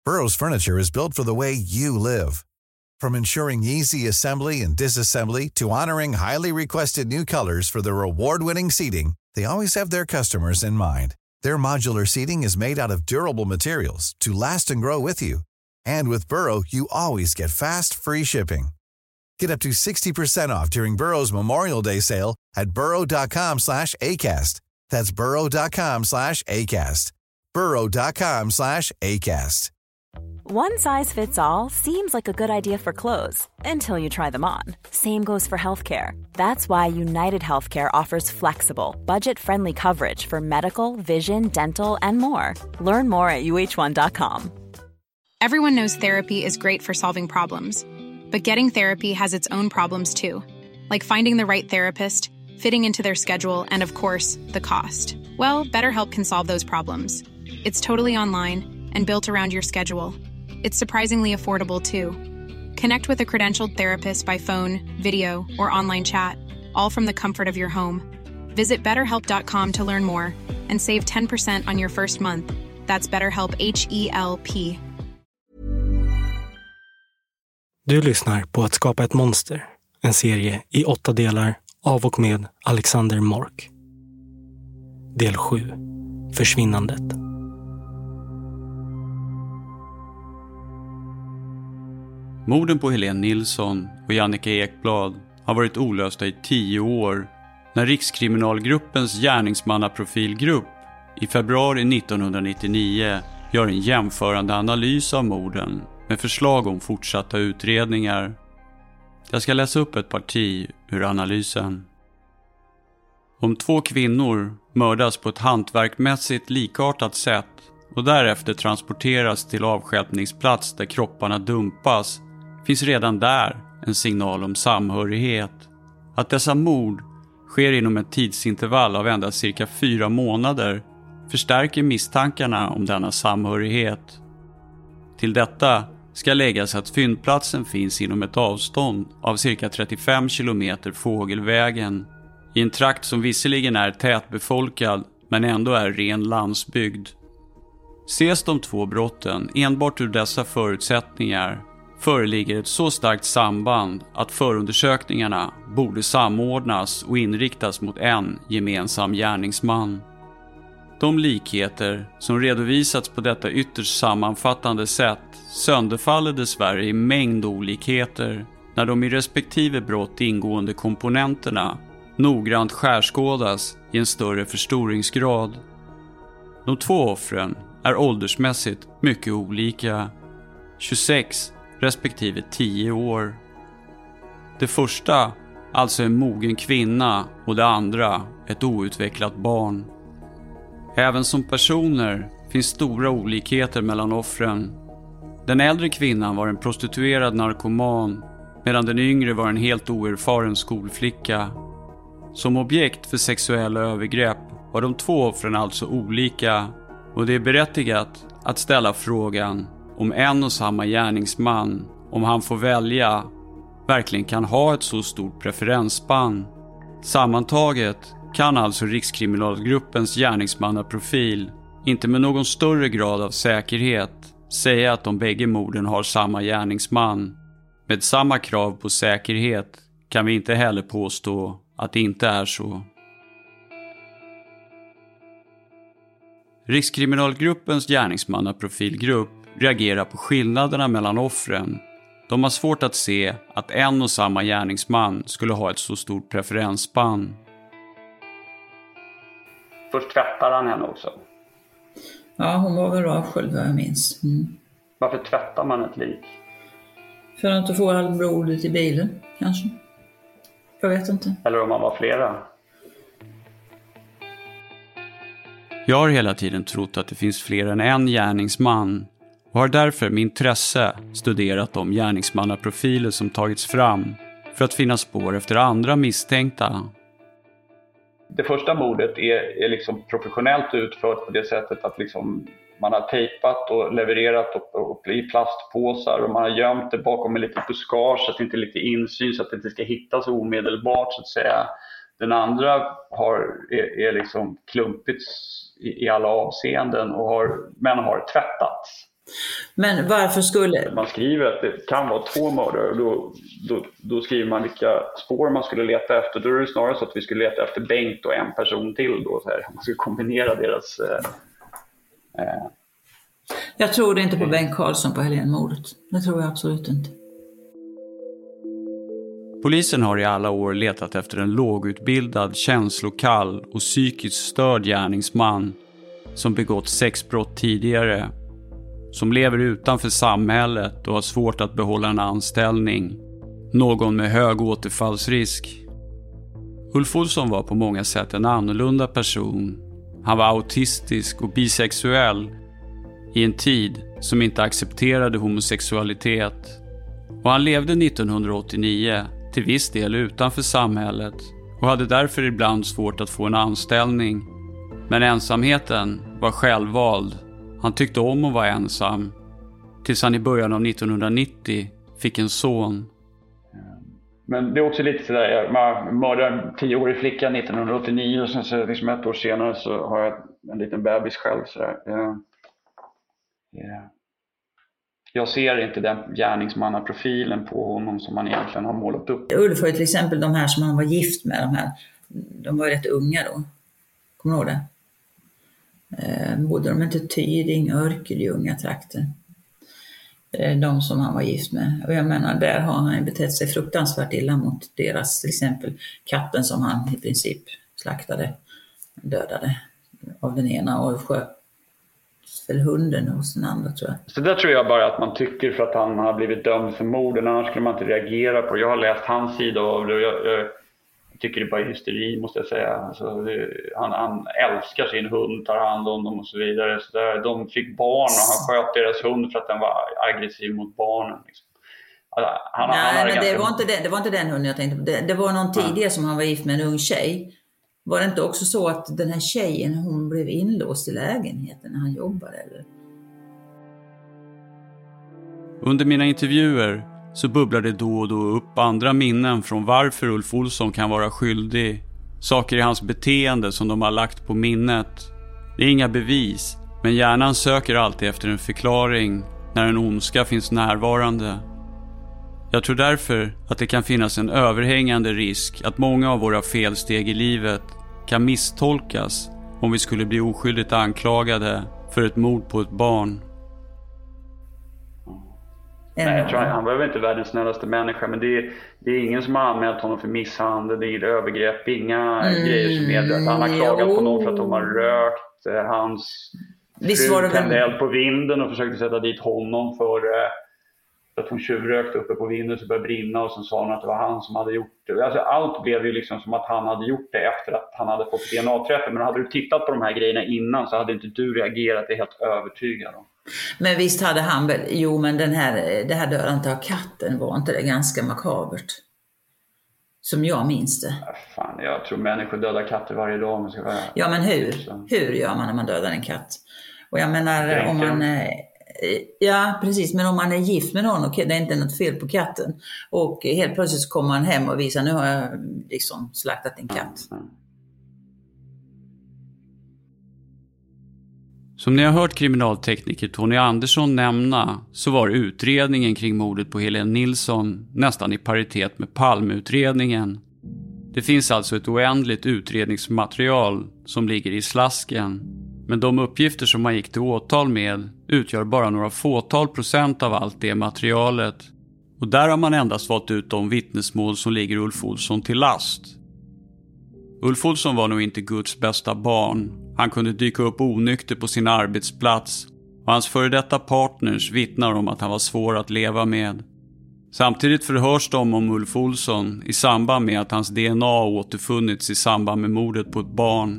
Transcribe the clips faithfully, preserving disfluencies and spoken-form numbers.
Burrow's furniture is built for the way you live. From ensuring easy assembly and disassembly to honoring highly requested new colors for their award-winning seating, they always have their customers in mind. Their modular seating is made out of durable materials to last and grow with you. And with Burrow, you always get fast, free shipping. Get up to sixty percent off during Burrow's Memorial Day sale at burrow.com slash ACAST. That's burrow.com slash ACAST. burrow.com slash ACAST. One size fits all seems like a good idea for clothes until you try them on. Same goes for healthcare. That's why United Healthcare offers flexible, budget-friendly coverage for medical, vision, dental, and more. Learn more at U H one dot com. Everyone knows therapy is great for solving problems, but getting therapy has its own problems too, like finding the right therapist, fitting into their schedule, and of course, the cost. Well, BetterHelp can solve those problems. It's totally online and built around your schedule. It's surprisingly affordable too. Connect with a credentialed therapist by phone, video, or online chat, all from the comfort of your home. Visit better help dot com to learn more and save ten percent on your first month. That's BetterHelp, H E L P. Du lyssnar på Att skapa ett monster, en serie i åtta delar av och med Alexander Mork. Del sju. Försvinnandet. Morden på Helene Nilsson och Jannike Ekblad har varit olösta i tio år när Rikskriminalgruppens gärningsmannaprofilgrupp i februari nittonhundranittionio gör en jämförande analys av morden med förslag om fortsatta utredningar. Jag ska läsa upp ett parti ur analysen. Om två kvinnor mördas på ett hantverkmässigt likartat sätt och därefter transporteras till avstjälpningsplats där kropparna dumpas, finns redan där en signal om samhörighet. Att dessa mord sker inom ett tidsintervall av endast cirka fyra månader förstärker misstankarna om denna samhörighet. Till detta ska läggas att fyndplatsen finns inom ett avstånd av cirka trettiofem kilometer fågelvägen i en trakt som visserligen är tätbefolkad men ändå är ren landsbygd. Ses de två brotten enbart ur dessa förutsättningar föreligger ett så starkt samband att förundersökningarna borde samordnas och inriktas mot en gemensam gärningsman. De likheter som redovisats på detta ytterst sammanfattande sätt sönderfaller dessvärre i mängd olikheter när de i respektive brott ingående komponenterna noggrant skärskådas i en större förstoringsgrad. De två offren är åldersmässigt mycket olika, tjugosex respektive tio år. Det första alltså en mogen kvinna och det andra ett outvecklat barn. Även som personer finns stora olikheter mellan offren. Den äldre kvinnan var en prostituerad narkoman medan den yngre var en helt oerfaren skolflicka. Som objekt för sexuella övergrepp var de två offren alltså olika och det är berättigat att ställa frågan om en och samma gärningsman, om han får välja, verkligen kan ha ett så stort preferensspann. Sammantaget kan alltså Rikskriminalgruppens gärningsmannaprofil inte med någon större grad av säkerhet säga att de bägge morden har samma gärningsman. Med samma krav på säkerhet kan vi inte heller påstå att det inte är så. Rikskriminalgruppens gärningsmannaprofilgrupp reagerar på skillnaderna mellan offren. De har svårt att se att en och samma gärningsman skulle ha ett så stort preferensspann. Först tvättar han henne också. Ja, hon var väl avsköljd vad jag minns. Mm. Varför tvättar man ett lik? För att inte få all blodet i bilen, kanske. Jag vet inte. Eller om man var flera. Jag har hela tiden trott att det finns fler än en gärningsman och har därför med intresse studerat de gärningsmannaprofiler som tagits fram för att finna spår efter andra misstänkta. Det första mordet är, är liksom professionellt utfört på det sättet att liksom man har tejpat och levererat och, och i plastpåsar och man har gömt det bakom en liten buskage så att det inte är lite insyn så att det inte ska hittas omedelbart så att säga. Den andra har, är, är liksom klumpigt i, i alla avseenden och har, men har tvättats. Men varför skulle... Man skriver att det kan vara två mördare och då, då, då skriver man vilka spår man skulle leta efter. Då är det snarare så att vi skulle leta efter Bengt och en person till då. Så här. Man skulle kombinera deras... Eh, eh. Jag tror inte på Bengt Karlsson på Helene-mordet. Det tror jag absolut inte. Polisen har i alla år letat efter en lågutbildad, känslokall och psykiskt störd gärningsman som begått sexbrott tidigare, som lever utanför samhället och har svårt att behålla en anställning. Någon med hög återfallsrisk. Ulf Olsson var på många sätt en annorlunda person. Han var autistisk och bisexuell i en tid som inte accepterade homosexualitet. Och han levde nittonhundraåttionio till viss del utanför samhället och hade därför ibland svårt att få en anställning. Men ensamheten var självvald. Han tyckte om att vara ensam. Tills han i början av nittonhundranittio fick en son. Men det är också lite sådär, man mördade en tioårig flicka nittonhundraåttionio och sen så liksom ett år senare så har jag en liten bebis själv. Sådär. Ja. Ja. Jag ser inte den gärningsmannaprofilen på honom som man egentligen har målat upp. Ulf var ju till exempel de här som han var gift med, de här, de var rätt unga då. Kommer du ihåg det? Eh, bodde de inte Tyding, Örkelljunga trakter. Eh, de som han var gift med. Och jag menar, där har han betett sig fruktansvärt illa mot deras, till exempel katten som han i princip slaktade, dödade av den ena och sköt eller hunden hos den andra, tror jag. Så där tror jag bara att man tycker för att han har blivit dömd för morden, annars skulle man inte reagera på det. Jag har läst hans sida av det och jag, jag tycker det bara är hysteri, måste jag säga. Alltså, det, han, han älskar sin hund, tar hand om dem och så vidare. Så där, de fick barn och han sköt deras hund för att den var aggressiv mot barnen. Liksom. Alltså, han, Nej, han men ganska... det, var inte den, det var inte den hunden jag tänkte på. Det, det var någon tidigare ja. som han var gift med en ung tjej. Var det inte också så att den här tjejen, hon blev inlåst i lägenheten när han jobbade? Eller? Under mina intervjuer så bubblar det då och då upp andra minnen från varför Ulf Olsson kan vara skyldig. Saker i hans beteende som de har lagt på minnet. Det är inga bevis, men hjärnan söker alltid efter en förklaring när en ondska finns närvarande. Jag tror därför att det kan finnas en överhängande risk att många av våra felsteg i livet kan misstolkas om vi skulle bli oskyldigt anklagade för ett mord på ett barn. Nej, jag tror han behöver inte världens snällaste människa, men det är, det är ingen som har anmält honom för misshandel, det är övergrepp, inga mm, grejer som är att han har klagat jo. på någon för att de har rökt. Hans fru tände eld på vinden och försökte sätta dit honom för att hon tjuvrökte uppe på vinden så började brinna och sen sa hon att det var han som hade gjort det. Alltså, allt blev ju liksom som att han hade gjort det efter att han hade fått D N A-träffen. Men hade du tittat på de här grejerna innan så hade inte du reagerat, det är helt övertygad om. Men visst hade han väl, jo men den här, det här dödandet av katten, var inte det ganska makabert? Som jag minns det. Ja, fan, jag tror människor dödar katter varje dag. Man ska vara... Ja men hur? Så. Hur gör man när man dödar en katt? Och jag menar Dränken. om man... Ja, precis. Men om man är gift med någon och det är inte något fel på katten och helt plötsligt så kommer man hem och visar nu har jag liksom slaktat en katt. Som ni har hört kriminaltekniker Tony Andersson nämna så var utredningen kring mordet på Helene Nilsson nästan i paritet med Palmeutredningen. Det finns alltså ett oändligt utredningsmaterial som ligger i slasken. Men de uppgifter som man gick till åtal med utgör bara några fåtal procent av allt det materialet. Och där har man endast valt ut de vittnesmål som ligger Ulf Olsson till last. Ulf Olsson var nog inte Guds bästa barn. Han kunde dyka upp onykter på sin arbetsplats. Och hans före detta partners vittnar om att han var svår att leva med. Samtidigt förhörs de om Ulf Olsson i samband med att hans D N A återfunnits i samband med mordet på ett barn.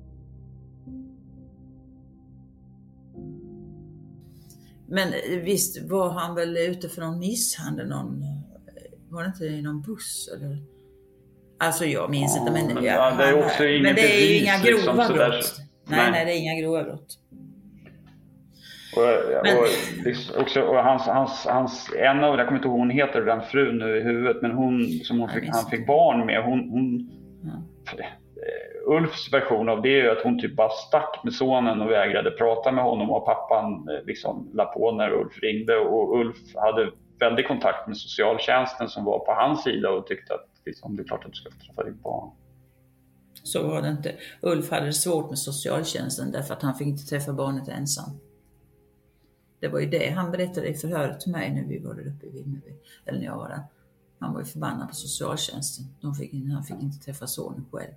Men visst var han väl ute för någon misshandel, någon, var det inte i någon buss eller? Alltså jag minns ja, inte, men, ja, det är också men det är ju inga grova liksom, brott. Nej, nej, nej, det är inga grova brott. Och, men, och, liksom, också, och hans, hans, hans, en av, jag kommer inte ihåg hon heter den frun nu i huvudet, men hon som hon fick, han fick barn med, hon, hon ja. Ulfs version av det är ju att hon typ bara stack med sonen och vägrade prata med honom, och pappan liksom la på när Ulf ringde, och Ulf hade väldigt kontakt med socialtjänsten som var på hans sida och tyckte att liksom, det är klart att du ska få träffa ditt barn. Så var det inte. Ulf hade det svårt med socialtjänsten därför att han fick inte träffa barnet ensam. Det var ju det han berättade i förhöret till mig när vi var där uppe i Vimmerby, eller när jag var där. Han var ju förbannad på socialtjänsten. De fick, han fick inte träffa sonen själv.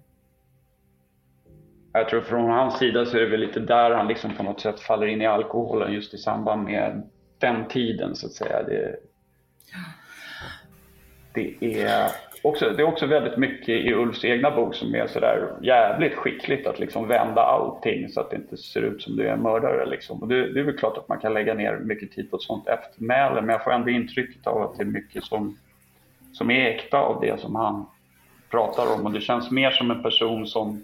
Jag tror från hans sida så är det väl lite där han liksom på något sätt faller in i alkoholen just i samband med den tiden så att säga. Det, det, är, också, det är också väldigt mycket i Ulfs egna bok som är sådär jävligt skickligt att liksom vända allting så att det inte ser ut som du är en mördare. Liksom. Och det, det är väl klart att man kan lägga ner mycket tid på ett sånt eftermäle, men jag får ändå intrycket av att det är mycket som, som är äkta av det som han pratar om. Och det känns mer som en person som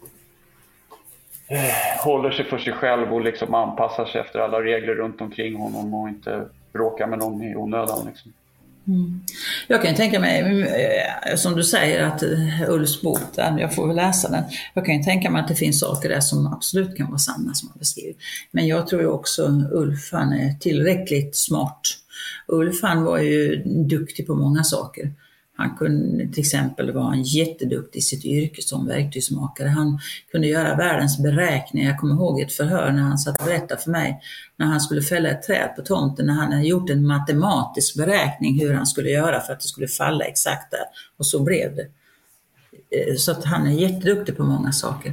eh, håller sig för sig själv och liksom anpassar sig efter alla regler runt omkring honom och inte bråkar med någon i onödan. Liksom. Mm. Jag kan tänka mig, som du säger, att Ulfs bok, jag får väl läsa den. Jag kan tänka mig att det finns saker där som absolut kan vara sanna som han beskriver. Men jag tror ju också Ulf, han är tillräckligt smart. Ulf, han var ju duktig på många saker. Han kunde till exempel vara en jätteduktig i sitt yrke som verktygsmakare. Han kunde göra världens beräkningar. Jag kommer ihåg ett förhör när han satt och berättade för mig när han skulle fälla ett träd på tomten, när han hade gjort en matematisk beräkning hur han skulle göra för att det skulle falla exakt där. Och så blev det. Så att han är jätteduktig på många saker.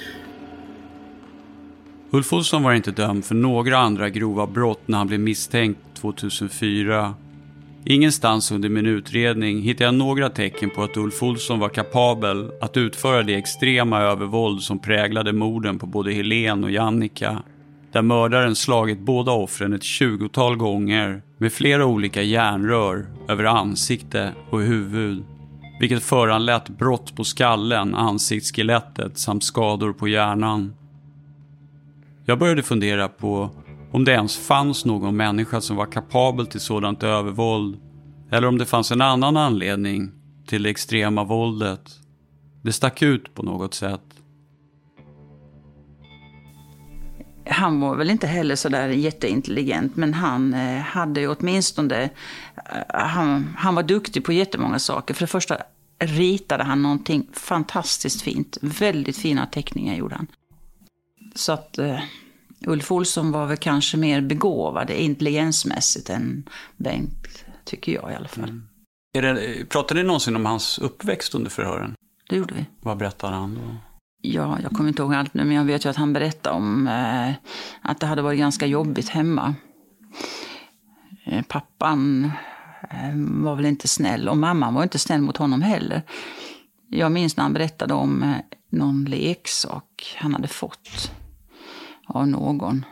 Ulf Olsson var inte dömd för några andra grova brott när han blev misstänkt tjugohundrafyra. Ingenstans under min utredning hittade jag några tecken på att Ulf Olsson var kapabel att utföra det extrema övervåld som präglade morden på både Helene och Jannica, där mördaren slagit båda offren ett tjugotal gånger med flera olika järnrör över ansikte och huvud, vilket föranlett brott på skallen, ansiktsskelettet samt skador på hjärnan. Jag började fundera på om det ens fanns någon människa som var kapabel till sådant övervåld, eller om det fanns en annan anledning till det extrema våldet. Det stack ut på något sätt. Han var väl inte heller så där jätteintelligent, men han eh, hade ju åtminstone, eh, han, han var duktig på jättemånga saker. För det första ritade han någonting fantastiskt fint. Väldigt fina teckningar gjorde han. Så att eh, Ulf Olsson var väl kanske mer begåvad intelligensmässigt än Bengt, tycker jag i alla fall. Mm. Är det, pratade ni någonsin om hans uppväxt under förhören? Det gjorde vi. Vad berättade han då? Ja, jag kommer inte ihåg allt nu, men jag vet ju att han berättade om eh, att det hade varit ganska jobbigt hemma. Eh, pappan eh, var väl inte snäll, och mamman var inte snäll mot honom heller. Jag minns när han berättade om eh, någon leksak han hade fått av någon.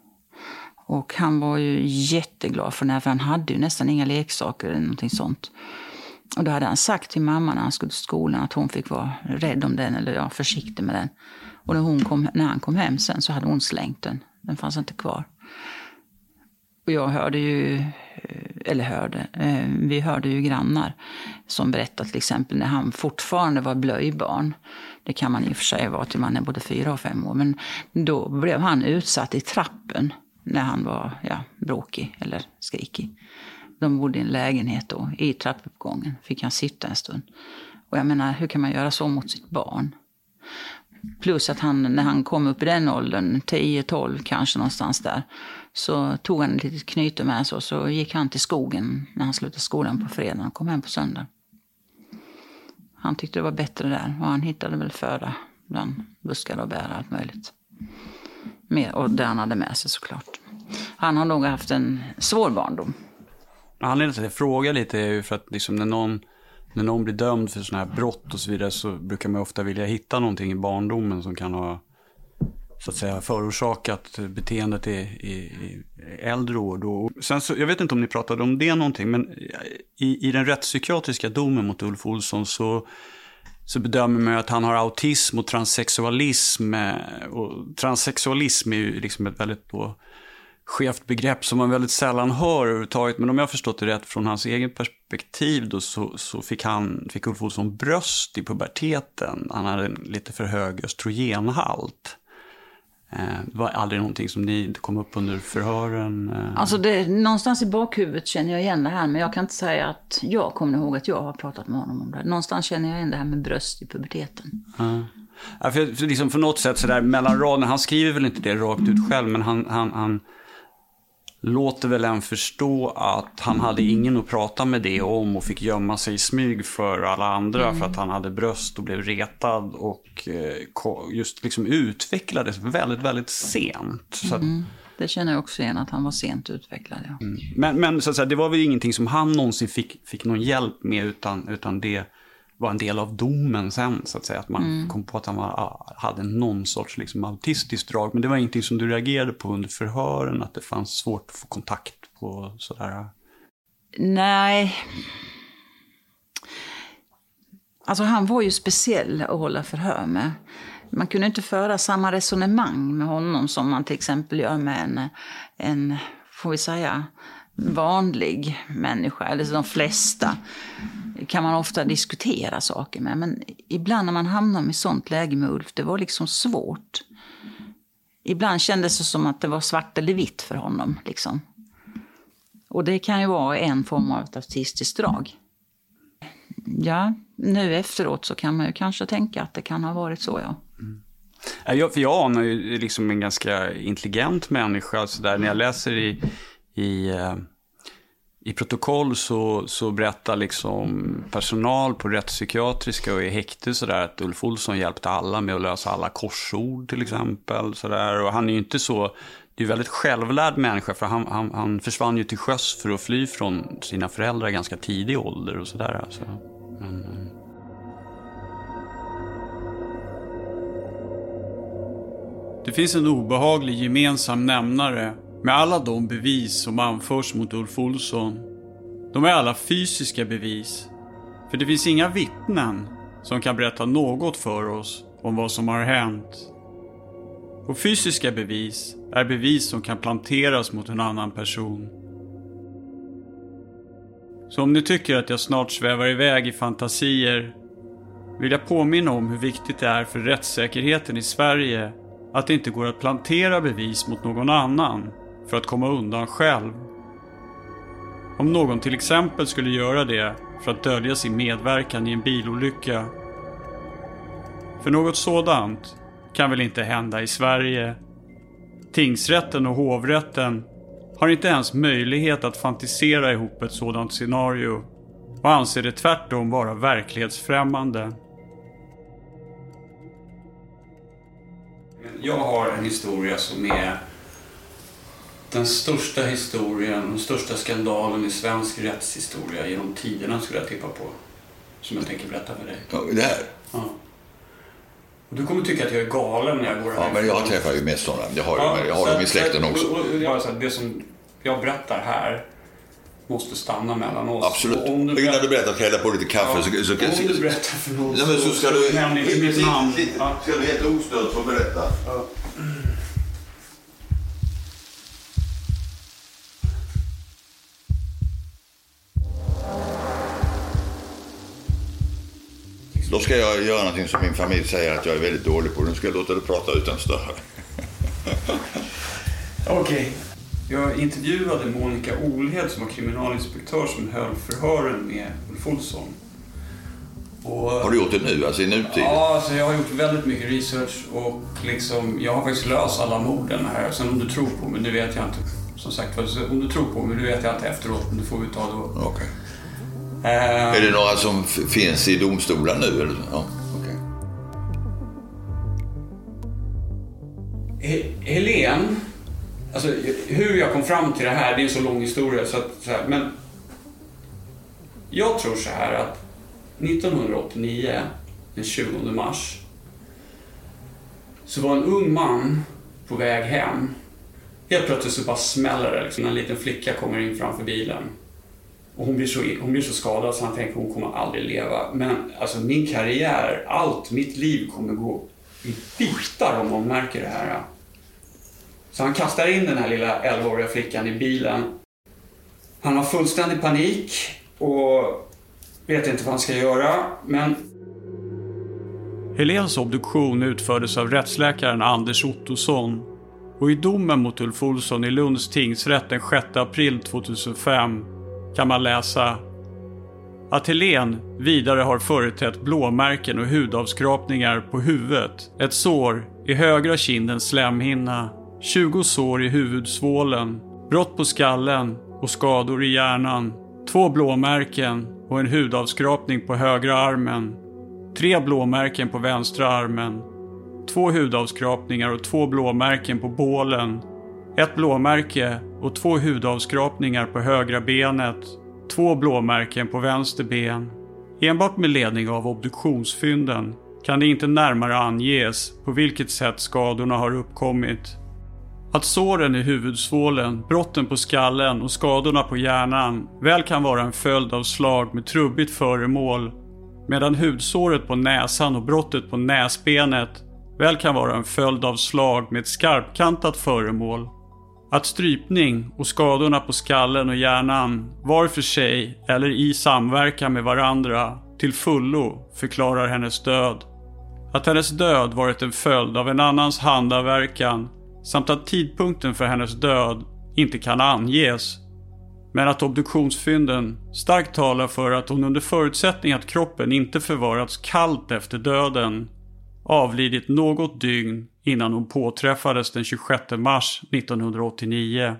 Och han var ju jätteglad för det, för han hade ju nästan inga leksaker eller någonting sånt. Och då hade han sagt till mamma när han skulle till skolan att hon fick vara rädd om den, eller ja, försiktig med den. Och när, hon kom, när han kom hem sen så hade hon slängt den. Den fanns inte kvar. Och jag hörde ju, eller hörde, vi hörde ju grannar som berättade till exempel när han fortfarande var blöjbarn. Det kan man i och för sig vara till man är både fyra och fem år. Men då blev han utsatt i trappen när han var ja, bråkig eller skrikig. De bodde i en lägenhet då, i trappuppgången. Fick han sitta en stund. Och jag menar, hur kan man göra så mot sitt barn? Plus att han, när han kom upp i den åldern, tio tolv kanske någonstans där, så tog han ett litet knyte med sig och så gick han till skogen när han slutade skolan på fredag och kom hem på söndag. Han tyckte det var bättre där och han hittade väl föda bland buskar och bär och allt möjligt. Mer, och det han hade med sig såklart. Han har nog haft en svår barndom. Anledningen till att jag frågar lite är ju för att liksom när, någon, när någon blir dömd för sådana här brott och så vidare så brukar man ofta vilja hitta någonting i barndomen som kan ha så att säga förorsakat beteendet i, i, i äldre år. Då. Sen så, jag vet inte om ni pratade om det någonting, men i, i den rättspsykiatriska domen mot Ulf Olsson så, så bedömer man att han har autism och transsexualism. Och transsexualism är ju liksom ett väldigt då skevt begrepp som man väldigt sällan hör överhuvudtaget. Men om jag har förstått det rätt från hans egen perspektiv då, så, så fick, han, fick Ulf Olsson bröst i puberteten. Han hade en lite för hög östrogenhalt. Det var aldrig någonting som ni kom upp under förhören? Alltså det, någonstans i bakhuvudet känner jag igen det här, men jag kan inte säga att jag kommer ihåg att jag har pratat med honom om det. Någonstans känner jag igen det här med bröst i puberteten. Ja. Ja, för, för, liksom för något sätt så där mellan raderna, han skriver väl inte det rakt ut själv, men han, han, han låter väl en förstå att han hade ingen att prata med det om och fick gömma sig i smyg för alla andra mm. för att han hade bröst och blev retad och eh, just liksom utvecklades väldigt, väldigt sent. Så att, mm. Det känner jag också igen, att han var sent utvecklad. Ja. Mm. Men, men så att säga, det var väl ingenting som han någonsin fick, fick någon hjälp med, utan, utan det var en del av domen sen, så att säga. Att man mm. kom på att han var, hade någon sorts liksom autistiskt drag. Men det var ingenting som du reagerade på under förhören, att det fanns svårt att få kontakt på sådär? Nej. Alltså han var ju speciell att hålla förhör med. Man kunde inte föra samma resonemang med honom som man till exempel gör med en, en får vi säga, vanlig människa. Eller de flesta kan man ofta diskutera saker med. Men ibland när man hamnar i sånt läge med Ulf, det var liksom svårt. Ibland kändes det som att det var svart eller vitt för honom. Liksom. Och det kan ju vara en form av ett autistiskt drag. Ja, nu efteråt så kan man ju kanske tänka att det kan ha varit så, ja. Mm. Jag, för jag anar ju liksom en ganska intelligent människa. Så där, när jag läser i, i, i protokoll så, så berättar liksom personal på rättspsykiatriska och i häkte så där, att Ulf Olsson hjälpte alla med att lösa alla korsord till exempel. Så där. Och han är ju inte så... Det är ju väldigt självlärd människa, för han, han, han försvann ju till sjöss för att fly från sina föräldrar ganska tidig ålder och sådär. Alltså. Men... Det finns en obehaglig gemensam nämnare med alla de bevis som anförs mot Ulf Olsson. De är alla fysiska bevis. För det finns inga vittnen som kan berätta något för oss om vad som har hänt. Och fysiska bevis är bevis som kan planteras mot en annan person. Så om ni tycker att jag snart svävar iväg i fantasier, vill jag påminna om hur viktigt det är för rättssäkerheten i Sverige att det inte går att plantera bevis mot någon annan för att komma undan själv. Om någon till exempel skulle göra det för att dölja sin medverkan i en bilolycka. För något sådant kan väl inte hända i Sverige. Tingsrätten och hovrätten har inte ens möjlighet att fantisera ihop ett sådant scenario och anser det tvärtom vara verklighetsfrämmande. Jag har en historia som är den största historien, den största skandalen i svensk rättshistoria genom tiderna, skulle jag tippa på. Som jag tänker berätta för dig. Ja, det här? Ja. Och du kommer tycka att jag är galen när jag går här. Ja, men jag träffar ju mest sådana. Jag har, ja, jag har dem i släkten också. Och, och, och, och, det som jag berättar här måste stanna mellan oss. Absolut. Och om du berättar, innan du berättar, hälla på lite kaffe. Ja, så, så, om så, du berättar för någon ja, men så ska så, du... Nämn inte mitt namn. Ja. Ska du helt ostört få berätta? Ja. Då ska jag göra någonting som min familj säger att jag är väldigt dålig på. Nu ska jag låta dig prata utan större. Okej. Okay. Jag intervjuade Monica Olhed som var kriminalinspektör som höll förhören med Ulf Olsson. Och, har du gjort det nu, alltså i nutid? Ja, alltså jag har gjort väldigt mycket research och liksom, jag har faktiskt löst alla morden här. Sen om du tror på mig, det vet jag inte. Som sagt, om du tror på mig, det vet jag inte efteråt, men det får vi ta då. Okej. Okay. Uh, är det några som f- finns i domstolen nu? Eller? Ja, okay. He- Helen, alltså hur jag kom fram till det här, det är en så lång historia så att, så här, men jag tror så här att nittonhundraåttionio, den tjugonde mars, så var en ung man på väg hem. Helt plötsligt så bara smäller det, liksom. En liten flicka kommer in framför bilen. Och hon blir, så, hon blir så skadad så han tänker att hon kommer aldrig leva. Men alltså min karriär, allt mitt liv kommer gå i bitar om man märker det här. Så han kastar in den här lilla elvaåriga flickan i bilen. Han har fullständig panik och vet inte vad han ska göra, men... Helens obduktion utfördes av rättsläkaren Anders Ottosson. Och i domen mot Ulf Olsson i Lunds tingsrätt den sjätte april tvåtusenfem kan man läsa att Helen vidare har företett blåmärken och hudavskrapningar på huvudet, ett sår i högra kindens slemhinna, tjugo sår i huvudsvålen, brott på skallen och skador i hjärnan, två blåmärken och en hudavskrapning på högra armen, tre blåmärken på vänstra armen, två hudavskrapningar och två blåmärken på bålen, ett blåmärke och två hudavskrapningar på högra benet, två blåmärken på vänster ben. Enbart med ledning av obduktionsfynden kan det inte närmare anges på vilket sätt skadorna har uppkommit. Att såren i huvudsvålen, brotten på skallen och skadorna på hjärnan väl kan vara en följd av slag med trubbigt föremål, medan hudsåret på näsan och brottet på näsbenet väl kan vara en följd av slag med ett skarpkantat föremål. Att strypning och skadorna på skallen och hjärnan var för sig eller i samverkan med varandra till fullo förklarar hennes död. Att hennes död varit en följd av en annans handaverkan samt att tidpunkten för hennes död inte kan anges. Men att obduktionsfynden starkt talar för att hon under förutsättning att kroppen inte förvarats kallt efter döden avlidit något dygn innan hon påträffades den tjugosjätte mars nittonhundraåttionio.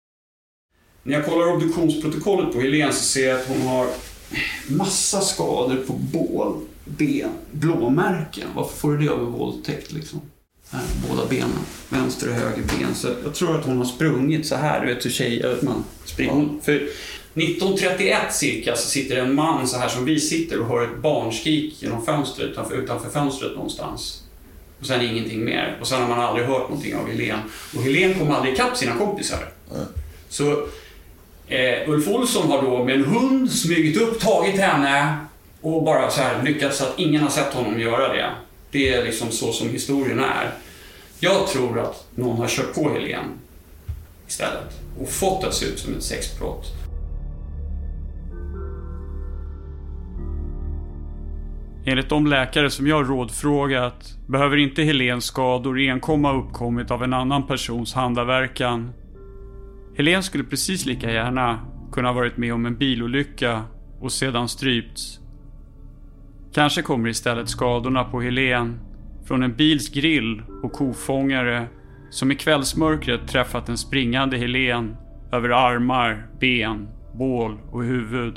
När jag kollar obduktionsprotokollet på Helen så ser jag att hon har massa skador på bål, ben, blåmärken. Varför får du det av en våldtäkt liksom? Här, båda benen, vänster och höger ben. Så jag tror att hon har sprungit så här, du vet hur tjejer man springer. För nitton trettioett cirka så sitter en man så här som vi sitter och hör ett barnskrik genom fönstret, utanför, utanför fönstret någonstans. Och sen ingenting mer. Och sen har man aldrig hört någonting av Helen. Och Helen kom aldrig ikapp sina kompisar. Mm. Så eh, Ulf Olsson har då med en hund smugit upp, tagit henne och bara så här lyckats så att ingen har sett honom göra det. Det är liksom så som historien är. Jag tror att någon har kört på Helen istället och fått det att se ut som ett sexbrott. Enligt de läkare som jag rådfrågat behöver inte Helens skador enkom ha uppkommit av en annan persons handaverkan. Helen skulle precis lika gärna kunna ha varit med om en bilolycka och sedan strypts. Kanske kommer istället skadorna på Helen från en bils grill och kofångare som i kvällsmörkret träffat en springande Helen över armar, ben, bål och huvud.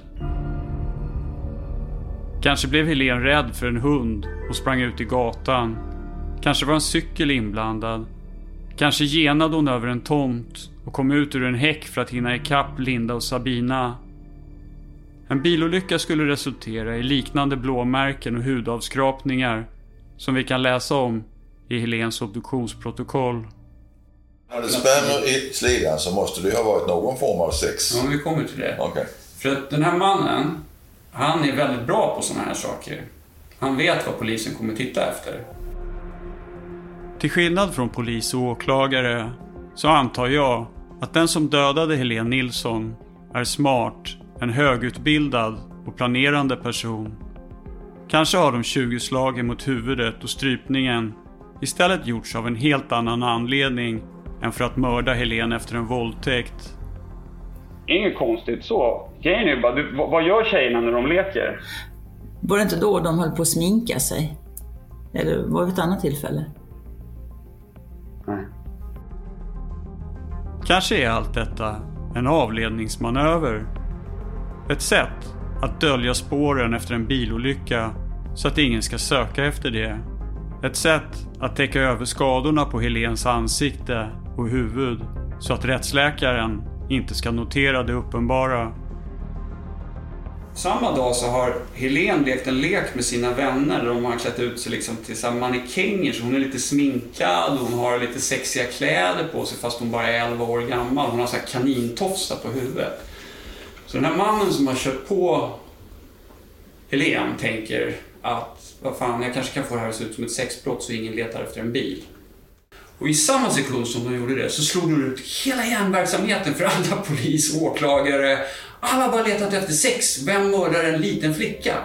Kanske blev Helen rädd för en hund och sprang ut i gatan. Kanske var en cykel inblandad. Kanske genade hon över en tomt och kom ut ur en häck för att hinna ikapp Linda och Sabina. En bilolycka skulle resultera i liknande blåmärken och hudavskrapningar som vi kan läsa om i Helens obduktionsprotokoll. När det spänner i slidan så måste det ha varit någon form av sex. Ja, vi kommer till det. Okay. För att den här mannen, han är väldigt bra på såna här saker. Han vet vad polisen kommer titta efter. Till skillnad från polis och åklagare så antar jag att den som dödade Helen Nilsson är smart, en högutbildad och planerande person. Kanske har de tjugo slagen mot huvudet och strypningen istället gjorts av en helt annan anledning än för att mörda Helen efter en våldtäkt. Inget konstigt så. Grejen är bara, du, vad gör tjejerna när de leker? Var det inte då de höll på att sminka sig? Eller var det ett annat tillfälle? Nej. Kanske är allt detta en avledningsmanöver. Ett sätt att dölja spåren efter en bilolycka så att ingen ska söka efter det. Ett sätt att täcka över skadorna på Helens ansikte och huvud så att rättsläkaren inte ska notera det uppenbara. Samma dag så har Helen lekt en lek med sina vänner. De har klätt ut sig liksom till så här mannekänger, så hon är lite sminkad. Hon har lite sexiga kläder på sig fast hon bara är elva år gammal. Hon har så här kanintofsar på huvudet. Så den här mannen som har kört på Helen tänker att vad fan, jag kanske kan få det här att se ut som ett sexbrott så ingen letar efter en bil. Och Och i samma sekund som de gjorde det så slog de ut hela järnverksamheten för alla polis, åklagare. Alla bara letat efter sex. Vem mördar en liten flicka?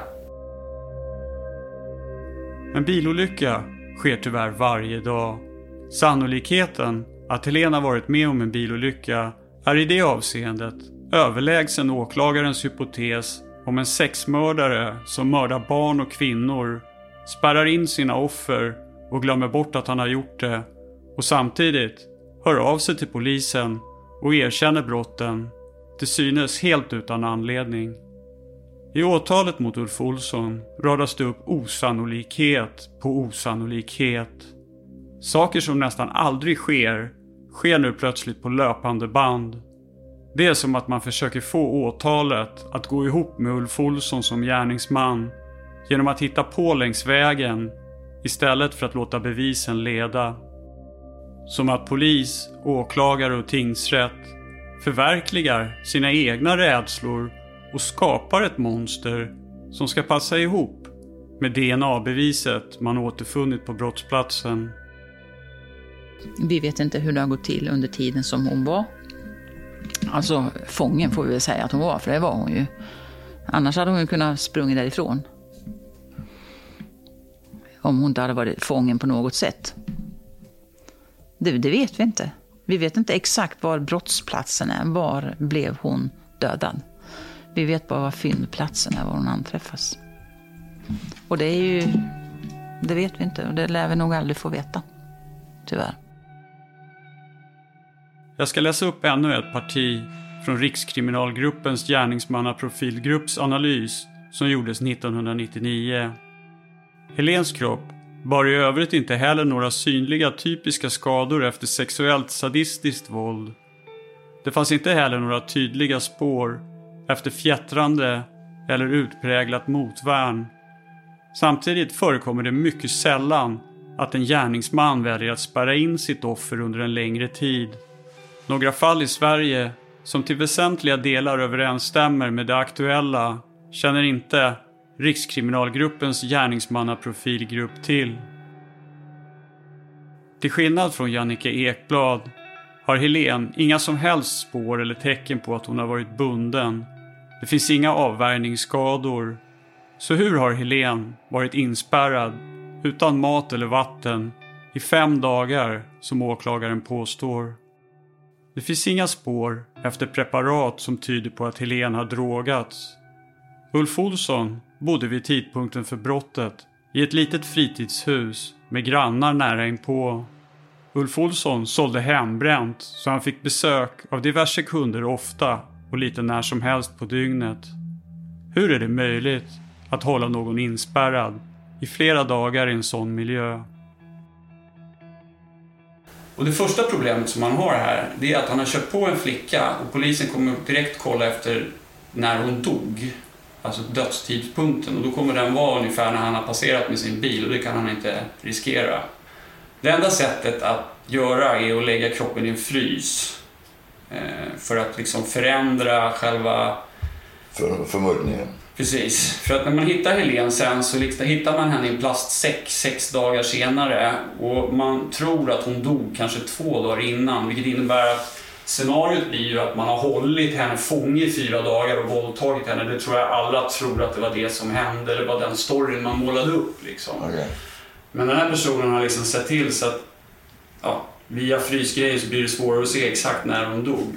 En bilolycka sker tyvärr varje dag. Sannolikheten att Helene varit med om en bilolycka är i det avseendet överlägsen åklagarens hypotes om en sexmördare som mördar barn och kvinnor, spärrar in sina offer och glömmer bort att han har gjort det och samtidigt hör av sig till polisen och erkänner brotten, till synes helt utan anledning. I åtalet mot Ulf Olsson radas det upp osannolikhet på osannolikhet. Saker som nästan aldrig sker, sker nu plötsligt på löpande band. Det är som att man försöker få åtalet att gå ihop med Ulf Olsson som gärningsman genom att hitta på längs vägen istället för att låta bevisen leda. Som att polis, åklagare och tingsrätt förverkligar sina egna rädslor och skapar ett monster som ska passa ihop med D N A-beviset man återfunnit på brottsplatsen. Vi vet inte hur det har gått till under tiden som hon var. Alltså fången får vi väl säga att hon var, för det var hon ju. Annars hade hon ju kunnat sprungit därifrån. Om hon inte hade varit fången på något sätt. Det, det vet vi inte. Vi vet inte exakt var brottsplatsen är. Var blev hon dödad? Vi vet bara var fyndplatsen är, var hon anträffas. Och det är ju... Det vet vi inte och det lär vi nog aldrig få veta. Tyvärr. Jag ska läsa upp ännu ett parti från Rikskriminalgruppens gärningsmannaprofilgrupps analys som gjordes nittonhundranittionio. Helens kropp bar i övrigt inte heller några synliga typiska skador efter sexuellt sadistiskt våld. Det fanns inte heller några tydliga spår efter fjättrande eller utpräglat motvärn. Samtidigt förekommer det mycket sällan att en gärningsman väljer att spärra in sitt offer under en längre tid. Några fall i Sverige som till väsentliga delar överensstämmer med det aktuella känner inte Rikskriminalgruppens gärningsmannaprofilgrupp till. Till skillnad från Jannike Ekblad har Helene inga som helst spår eller tecken på att hon har varit bunden. Det finns inga avvärjningsskador. Så hur har Helene varit inspärrad utan mat eller vatten i fem dagar som åklagaren påstår? Det finns inga spår efter preparat som tyder på att Helene har drogats. Ulf Olsson bodde vid tidpunkten för brottet i ett litet fritidshus med grannar nära inpå. Ulf Olsson sålde hembränt så han fick besök av diverse kunder ofta och lite när som helst på dygnet. Hur är det möjligt att hålla någon inspärrad i flera dagar i en sån miljö? Och det första problemet som man har här, det är att han har kört på en flicka och polisen kommer direkt kolla efter när hon dog. Alltså dödstidpunkten, och då kommer den vara ungefär när han har passerat med sin bil och det kan han inte riskera. Det enda sättet att göra är att lägga kroppen i en frys för att liksom förändra själva För, förmodligen. Precis, för att när man hittar Helene sen så liksom hittar man henne i en plastsäck sex dagar senare och man tror att hon dog kanske två dagar innan, vilket innebär att scenariot blir ju att man har hållit henne fånge i fyra dagar och våldtagit henne. Det tror jag alla tror att det var det som hände, det var den storyn man målade upp liksom. Okay. Men den här personen har liksom sett till så att ja, via frysgrejen så blir det svårare att se exakt när hon dog.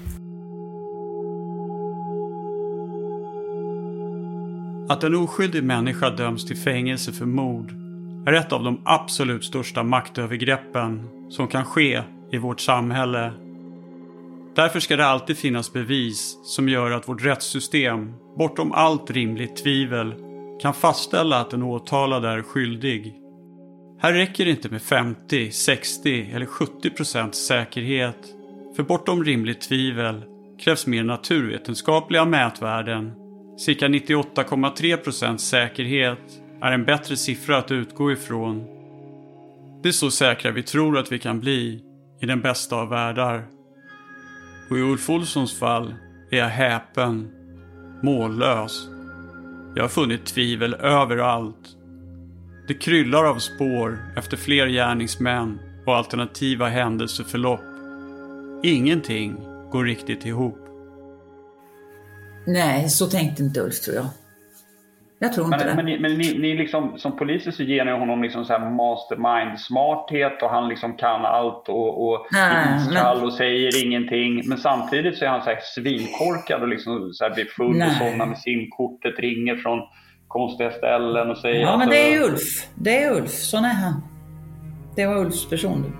Att en oskyldig människa döms till fängelse för mord är ett av de absolut största maktövergreppen som kan ske i vårt samhälle. Därför ska det alltid finnas bevis som gör att vårt rättssystem, bortom allt rimligt tvivel, kan fastställa att en åtalad är skyldig. Här räcker det inte med femtio, sextio eller sjuttio procent säkerhet. För bortom rimligt tvivel krävs mer naturvetenskapliga mätvärden. Cirka nittioåtta komma tre procent säkerhet är en bättre siffra att utgå ifrån. Det är så säkra vi tror att vi kan bli i den bästa av världar. Och i Ulf Olssons fall är jag häpen, mållös. Jag har funnit tvivel överallt. Det kryllar av spår efter fler gärningsmän och alternativa händelseförlopp. Ingenting går riktigt ihop. Nej, så tänkte inte Ulf, tror jag. Jag tror inte men, det. Men, ni, men ni, ni liksom, som poliser så ger ni honom liksom så här mastermind-smarthet och han liksom kan allt och, och Nej, iskall men... och säger ingenting. Men samtidigt så är han så här svinkorkad och liksom så här blir full Nej. och somnar med simkortet, ringer från konstiga ställen och säger... Ja, men att, det är Ulf. Det är Ulf. Sån är han. Det var Ulfs person.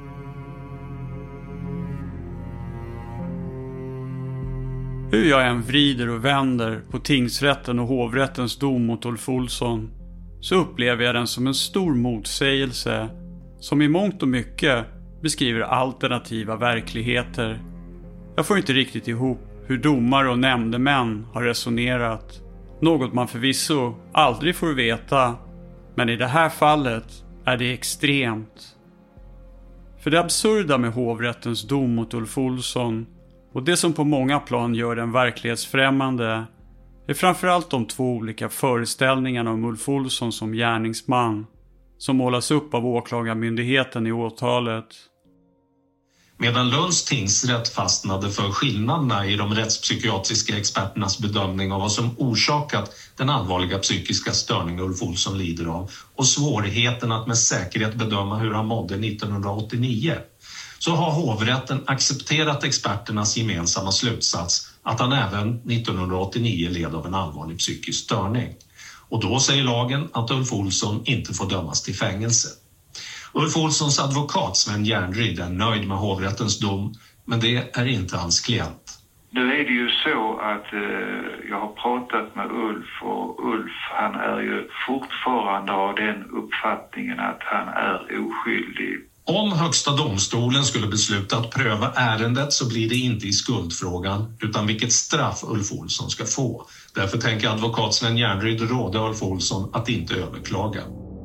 Hur jag än vrider och vänder på tingsrätten och hovrättens dom mot Ulf Olsson så upplever jag den som en stor motsägelse som i mångt och mycket beskriver alternativa verkligheter. Jag får inte riktigt ihop hur domare och nämndemän har resonerat. Något man förvisso aldrig får veta, men i det här fallet är det extremt. För det absurda med hovrättens dom mot Ulf Olsson och det som på många plan gör den verklighetsfrämmande är framförallt de två olika föreställningarna om Ulf Olsson som gärningsman som målas upp av åklagarmyndigheten i åtalet. Medan Lunds tingsrätt fastnade för skillnaderna i de rättspsykiatriska experternas bedömning av vad som orsakat den allvarliga psykiska störning Ulf Olsson lider av och svårigheten att med säkerhet bedöma hur han mådde nittonhundraåttionio, så har hovrätten accepterat experternas gemensamma slutsats att han även nittonhundraåttionio led av en allvarlig psykisk störning. Och då säger lagen att Ulf Olsson inte får dömas till fängelse. Ulf Olssons advokat Sven Järnryd är nöjd med hovrättens dom, men det är inte hans klient. Nu är det ju så att eh, jag har pratat med Ulf och Ulf, han är ju fortfarande av den uppfattningen att han är oskyldig. Om Högsta domstolen skulle besluta att pröva ärendet så blir det inte i skuldfrågan utan vilket straff Ulf Olsson ska få. Därför tänker advokat Sven Järnryd råda Ulf Olsson att inte överklaga.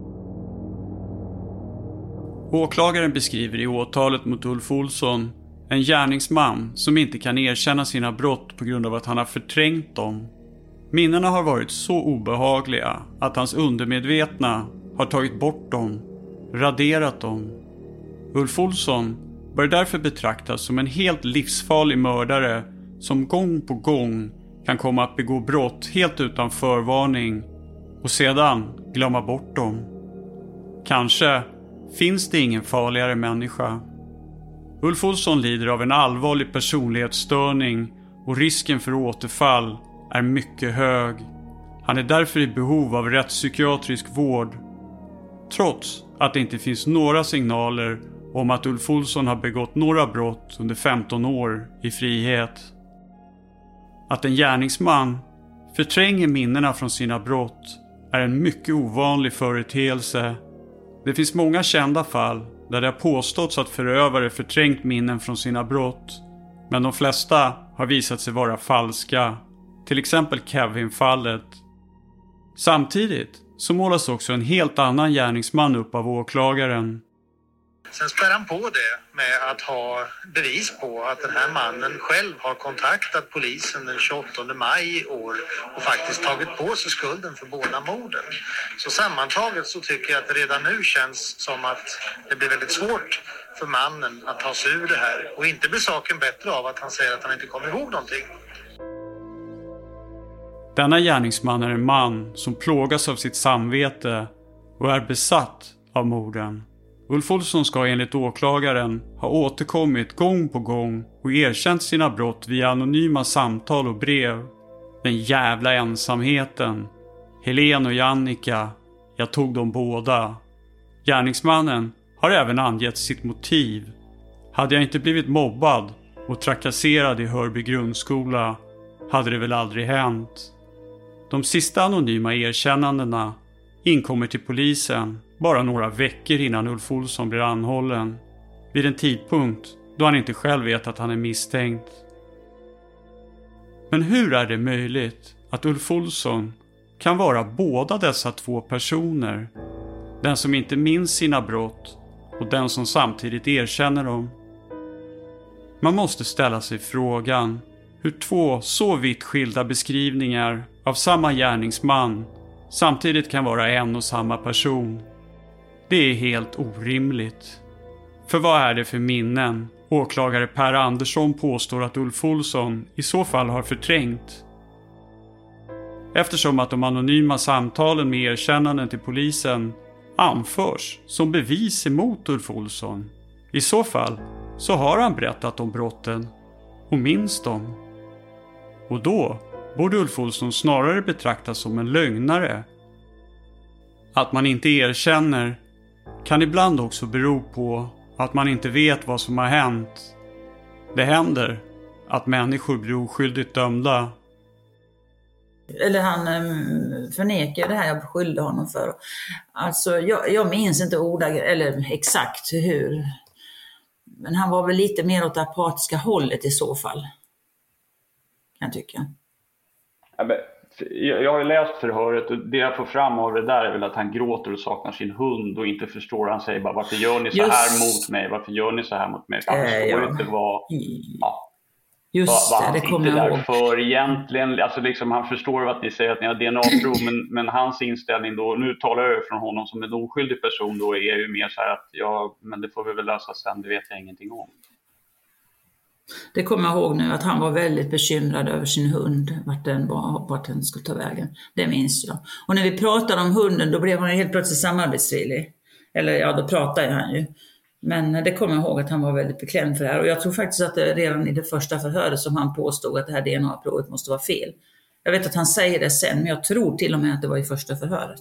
Åklagaren beskriver i åtalet mot Ulf Olsson en gärningsman som inte kan erkänna sina brott på grund av att han har förträngt dem. Minnena har varit så obehagliga att hans undermedvetna har tagit bort dem, raderat dem. Ulf Olsson bör därför betraktas som en helt livsfarlig mördare som gång på gång kan komma att begå brott helt utan förvarning och sedan glömma bort dem. Kanske finns det ingen farligare människa. Ulf Olsson lider av en allvarlig personlighetsstörning och risken för återfall är mycket hög. Han är därför i behov av rättspsykiatrisk vård. Trots att det inte finns några signaler om att Ulf Olsson har begått några brott under femton år i frihet. Att en gärningsman förtränger minnena från sina brott är en mycket ovanlig företeelse. Det finns många kända fall där det har påståtts att förövare förträngt minnen från sina brott, men de flesta har visat sig vara falska. Till exempel Kevin-fallet. Samtidigt så målas också en helt annan gärningsman upp av åklagaren. Sen spär han på det med att ha bevis på att den här mannen själv har kontaktat polisen den tjugoåttonde maj i år och faktiskt tagit på sig skulden för båda morden. Så sammantaget så tycker jag att det redan nu känns som att det blir väldigt svårt för mannen att ta sig ur det här. Och inte blir saken bättre av att han säger att han inte kommer ihåg någonting. Denna gärningsman är en man som plågas av sitt samvete och är besatt av morden. Ulf Olsson ska enligt åklagaren ha återkommit gång på gång och erkänt sina brott via anonyma samtal och brev. Den jävla ensamheten. Helen och Jannica. Jag tog dem båda. Gärningsmannen har även angett sitt motiv. Hade jag inte blivit mobbad och trakasserad i Hörby grundskola hade det väl aldrig hänt. De sista anonyma erkännandena inkommer till polisen bara några veckor innan Ulf Olsson blir anhållen. Vid en tidpunkt då han inte själv vet att han är misstänkt. Men hur är det möjligt att Ulf Olsson kan vara båda dessa två personer? Den som inte minns sina brott och den som samtidigt erkänner dem. Man måste ställa sig frågan hur två så vitt skilda beskrivningar av samma gärningsman samtidigt kan vara en och samma person. Det är helt orimligt. För vad är det för minnen åklagare Per Andersson påstår att Ulf Olsson i så fall har förträngt? Eftersom att de anonyma samtalen med erkännanden till polisen anförs som bevis emot Ulf Olsson. I så fall så har han berättat om brotten och minns dem. Och då borde Ulf Olsson snarare betraktas som en lögnare. Att man inte erkänner kan ibland också bero på att man inte vet vad som har hänt. Det händer att människor blir oskyldigt dömda. Eller han förnekar det här jag beskyllde honom för. Alltså jag, jag minns inte ordag eller exakt hur. Men han var väl lite mer åt det apatiska hållet i så fall. Kan jag tycka. Ja, men, jag, jag har ju läst förhöret och det jag får fram av det där är väl att han gråter och saknar sin hund och inte förstår. Han säger bara, varför gör ni så Just, här mot mig? Varför gör ni så här mot mig? Han förstår äh, ja. inte vad... Ja. Just vad, vad det, det kommer jag ihåg. För egentligen, alltså liksom, han förstår att ni säger att ni har D N A-prov, men, men hans inställning då, nu talar jag från honom som en oskyldig person då, är ju mer så här att ja, men det får vi väl lösa sen, det vet jag ingenting om. Det kommer jag ihåg nu, att han var väldigt bekymrad över sin hund, vart den, var, vart den skulle ta vägen. Det minns jag. Och när vi pratade om hunden, då blev han helt plötsligt samarbetsvillig. Eller ja, då pratade han ju. Men det kommer jag ihåg att han var väldigt beklämd för det här. Och jag tror faktiskt att det redan i det första förhöret som han påstod att det här D N A-provet måste vara fel. Jag vet att han säger det sen, men jag tror till och med att det var i första förhöret.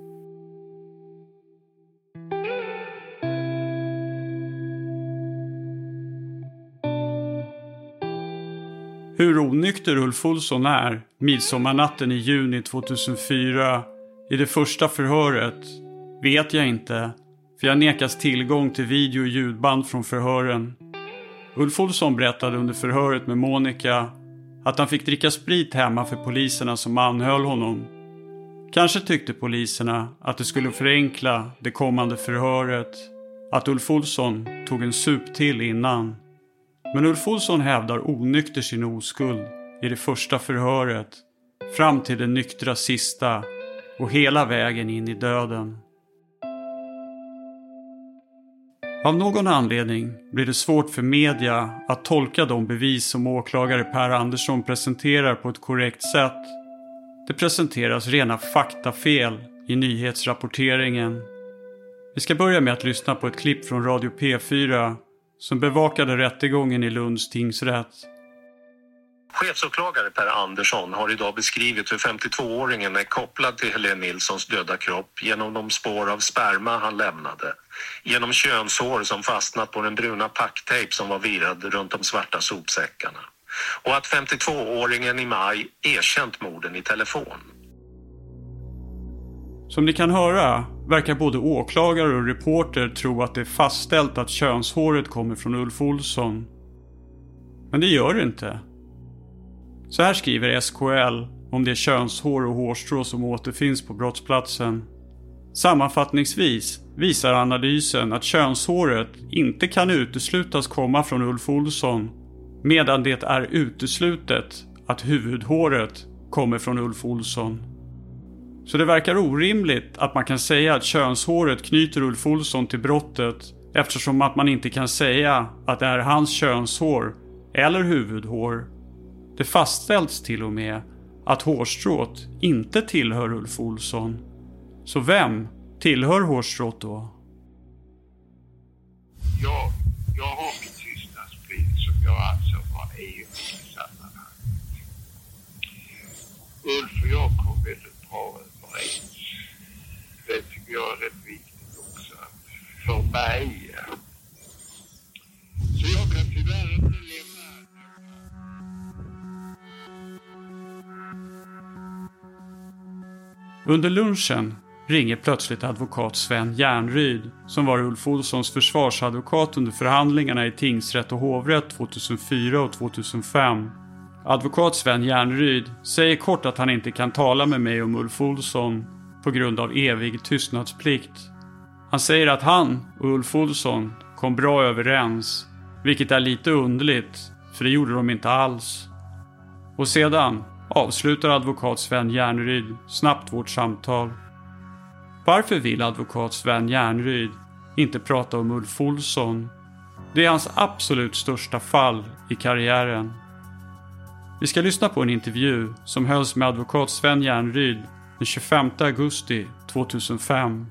Hur onykter Ulf Olsson är midsommarnatten i juni tjugohundrafyra i det första förhöret vet jag inte, för jag nekas tillgång till video- och ljudband från förhören. Ulf Olsson berättade under förhöret med Monica att han fick dricka sprit hemma för poliserna som anhöll honom. Kanske tyckte poliserna att det skulle förenkla det kommande förhöret, att Ulf Olsson tog en sup till innan. Men Ulf Olsson hävdar onykter sin oskuld i det första förhöret, fram till den nyktra sista och hela vägen in i döden. Av någon anledning blir det svårt för media att tolka de bevis som åklagare Per Andersson presenterar på ett korrekt sätt. Det presenteras rena faktafel i nyhetsrapporteringen. Vi ska börja med att lyssna på ett klipp från Radio P fyra som bevakade rättegången i Lunds tingsrätt. Chefsåklagare Per Andersson har idag beskrivit hur femtiotvååringen är kopplad till Helene Nilssons döda kropp genom de spår av sperma han lämnade, genom könshår som fastnat på den bruna packtejp som var virad runt de svarta sopsäckarna, och att femtiotvååringen i maj erkänt morden i telefon. Som ni kan höra verkar både åklagare och reporter tro att det är fastställt att könshåret kommer från Ulf Olsson. Men det gör det inte. Så här skriver S K L om det könshår och hårstrå som återfinns på brottsplatsen. Sammanfattningsvis visar analysen att könshåret inte kan uteslutas komma från Ulf Olsson, medan det är uteslutet att huvudhåret kommer från Ulf Olsson. Så det verkar orimligt att man kan säga att könshåret knyter Ulf Olsson till brottet, eftersom att man inte kan säga att det är hans könshår eller huvudhår. Det fastställs till och med att hårstrået inte tillhör Ulf Olsson. Så vem tillhör hårstrået då? Ja, jag har min tystnadsplikt som jag anser vara E U-sammanhang. Ulf och jag kom väldigt bra överens. Det tycker jag är rätt viktigt också för mig. Så jag kan tyvärr inte lämna. Under lunchen ringer plötsligt advokat Sven Järnryd, som var Ulf Olssons försvarsadvokat under förhandlingarna i tingsrätt och hovrätt tjugohundrafyra och tjugohundrafem. Advokat Sven Järnryd säger kort att han inte kan tala med mig om Ulf Olsson på grund av evig tystnadsplikt. Han säger att han och Ulf Olsson kom bra överens, vilket är lite underligt, för det gjorde de inte alls. Och sedan avslutar advokat Sven Järnryd snabbt vårt samtal. Varför vill advokat Sven Järnryd inte prata om Ulf Olsson. Det är hans absolut största fall i karriären. Vi ska lyssna på en intervju som hölls med advokat Sven Järnryd den tjugofemte augusti tvåtusenfem.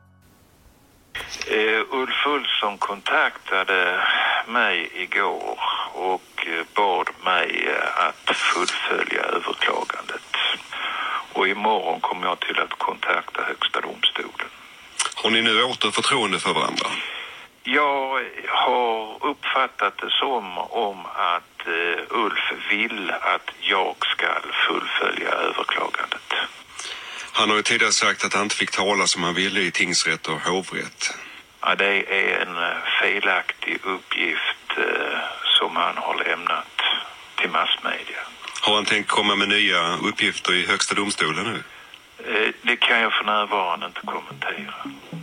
Uh, Ulf Olsson kontaktade mig igår och bad mig att fullfölja överklagandet. Och imorgon kommer jag till att kontakta Högsta domstolen. Har ni nu åter förtroende för varandra? Jag har uppfattat det som om att uh, Ulf vill att jag ska fullfölja överklagandet. Han har ju tidigare sagt att han inte fick tala som han ville i tingsrätt och hovrätt. Ja, det är en felaktig uppgift uh, som han har lämnat till massmedia. Har han tänkt komma med nya uppgifter i Högsta domstolen nu? Uh, det kan jag för närvarande inte kommentera.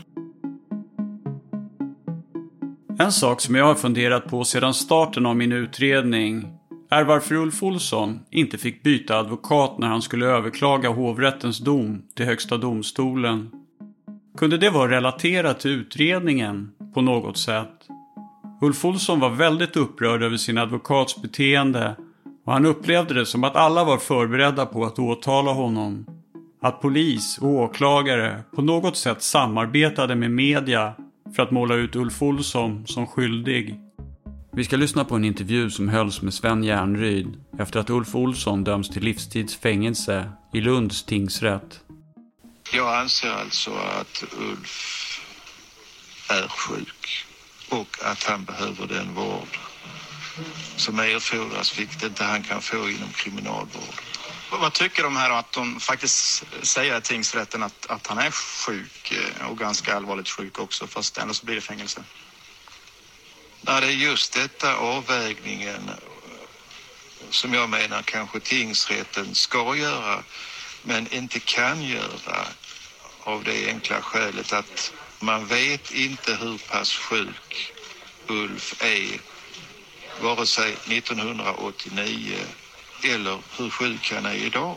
En sak som jag har funderat på sedan starten av min utredning är varför Ulf Olsson inte fick byta advokat när han skulle överklaga hovrättens dom till Högsta domstolen. Kunde det vara relaterat till utredningen på något sätt? Ulf Olsson var väldigt upprörd över sin advokats beteende och han upplevde det som att alla var förberedda på att åtala honom. Att polis och åklagare på något sätt samarbetade med media för att måla ut Ulf Olsson som skyldig. Vi ska lyssna på en intervju som hölls med Sven Järnryd efter att Ulf Olsson döms till livstidsfängelse i Lunds tingsrätt. Jag anser alltså att Ulf är sjuk och att han behöver den vård som erfordras, vilket inte han kan få inom kriminalvård. Vad tycker de här att de faktiskt säger i tingsrätten att, att han är sjuk och ganska allvarligt sjuk också, fast ändå så blir det fängelse? Nej, det är just detta avvägningen som jag menar kanske tingsrätten ska göra men inte kan göra av det enkla skälet att man vet inte hur pass sjuk Ulf är vare sig nittonhundraåttionio eller hur sjuk han är idag.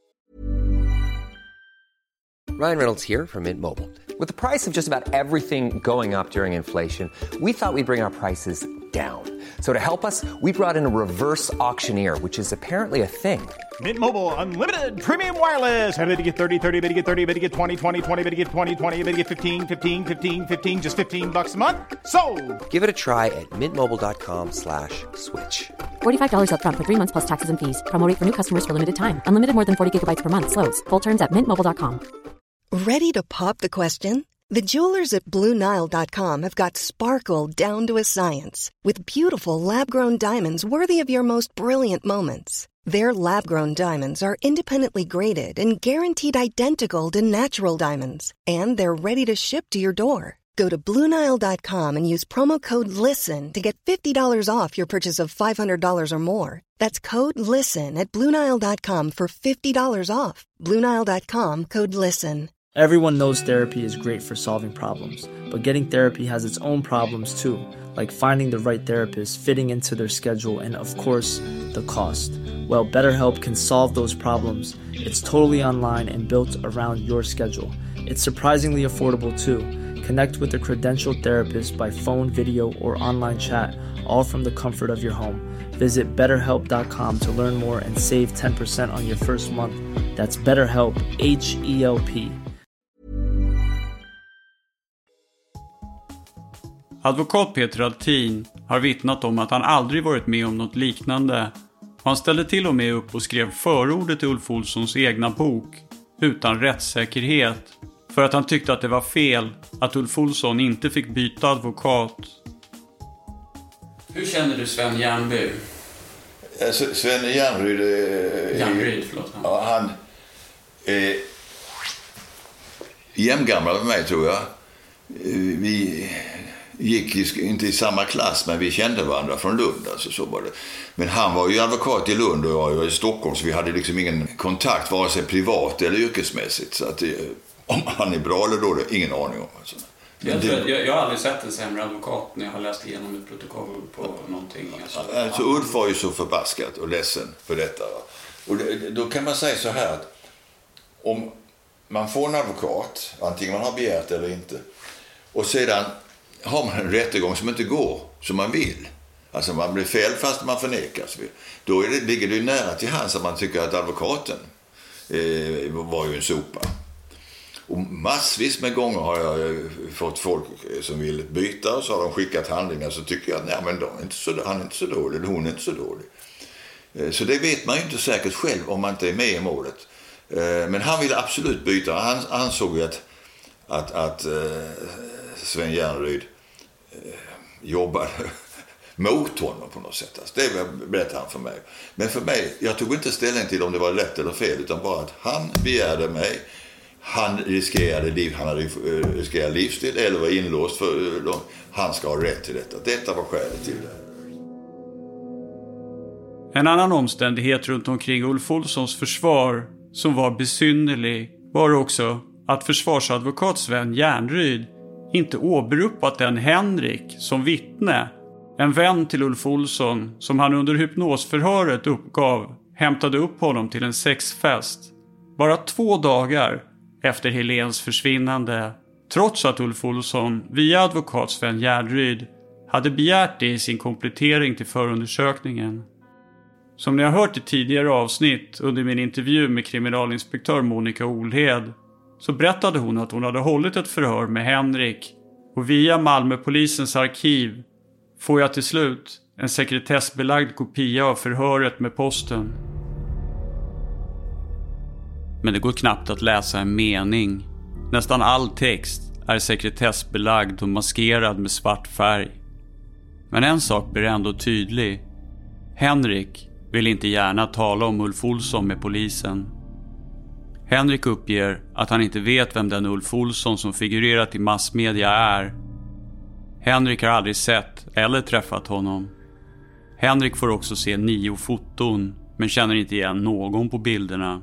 Ryan Reynolds here from Mint Mobile. With the price of just about everything going up during inflation, we thought we'd bring our prices down. So to help us, we brought in a reverse auctioneer, which is apparently a thing. Mint Mobile Unlimited Premium Wireless. How to get thirty, thirty, how to get thirty, how to get twenty, twenty, twenty, how to get twenty, twenty, how to get fifteen, fifteen, fifteen, fifteen, just fifteen bucks a month? Sold! Give it a try at mintmobile.com slash switch. forty-five dollars up front for three months plus taxes and fees. Promo rate for new customers for limited time. Unlimited more than forty gigabytes per month. Slows full terms at mint mobile dot com. Ready to pop the question? The jewelers at Blue Nile dot com have got sparkle down to a science with beautiful lab-grown diamonds worthy of your most brilliant moments. Their lab-grown diamonds are independently graded and guaranteed identical to natural diamonds, and they're ready to ship to your door. Go to Blue Nile dot com and use promo code LISTEN to get fifty dollars off your purchase of five hundred dollars or more. That's code LISTEN at Blue Nile dot com for fifty dollars off. Blue Nile dot com, code LISTEN. Everyone knows therapy is great for solving problems, but getting therapy has its own problems too, like finding the right therapist, fitting into their schedule, and of course, the cost. Well, BetterHelp can solve those problems. It's totally online and built around your schedule. It's surprisingly affordable too. Connect with a credentialed therapist by phone, video, or online chat, all from the comfort of your home. Visit better help dot com to learn more and save ten percent on your first month. That's BetterHelp, H E L P. Advokat Peter Altin har vittnat om att han aldrig varit med om något liknande. Han ställde till och med upp och skrev förordet till Ulf Olssons egna bok utan rättssäkerhet för att han tyckte att det var fel att Ulf Olsson inte fick byta advokat. Hur känner du Sven Järnby? Sven Järnryd... Eh, Järnryd, förlåt. Ja, han är eh, jämngammal med mig tror jag. Eh, vi... gick i, inte i samma klass, men vi kände varandra från Lund, alltså så var det. Men han var ju advokat i Lund och jag var i Stockholm, så vi hade liksom ingen kontakt vare sig privat eller yrkesmässigt, så att om han är bra eller dåligt, ingen aning om. Alltså. Jag, tror att, jag, jag har aldrig sett en sämre advokat när jag har läst igenom ett protokoll på någonting. Alltså, alltså Ulf var ju så förbaskat och ledsen för detta. Och det, då kan man säga så här att om man får en advokat, antingen man har begärt eller inte, och sedan har man en rättegång som inte går som man vill, alltså man blir fel fast man förnekas, då är det, ligger det ju nära till hands att man tycker att advokaten eh, var ju en sopa. Och massvis med gånger har jag fått folk som vill byta och så har de skickat handlingar, så tycker jag att nej, men de är inte så, han är inte så dålig eller hon är inte så dålig. Så det vet man ju inte säkert själv om man inte är med i målet. Men han ville absolut byta. Han ansåg ju att, att, att Sven Järnryd jobbade mot honom på något sätt. Alltså, det berättade han för mig. Men för mig, jag tog inte ställning till om det var rätt eller fel, utan bara att han begärde mig. Han riskerade liv, han hade riskerat livstid eller var inlåst för dem. Han ska ha rätt till detta. Detta var skälet till det. En annan omständighet runt omkring Ulf Olssons försvar som var besynnerlig var också att försvarsadvokat Sven Järnryd inte åberopat den Henrik som vittne, en vän till Ulf Olsson som han under hypnosförhöret uppgav hämtade upp honom till en sexfest bara två dagar efter Helens försvinnande, trots att Ulf Olsson via advokat Sven Järnryd hade begärt det i sin komplettering till förundersökningen. Som ni har hört i tidigare avsnitt under min intervju med kriminalinspektör Monica Olhed, så berättade hon att hon hade hållit ett förhör med Henrik, och via Malmöpolisens arkiv får jag till slut en sekretessbelagd kopia av förhöret med posten. Men det går knappt att läsa en mening. Nästan all text är sekretessbelagd och maskerad med svart färg. Men en sak blir ändå tydlig. Henrik vill inte gärna tala om Ulf Olsson med polisen. Henrik uppger att han inte vet vem den Ulf Olsson som figurerat i massmedia är. Henrik har aldrig sett eller träffat honom. Henrik får också se nio foton men känner inte igen någon på bilderna.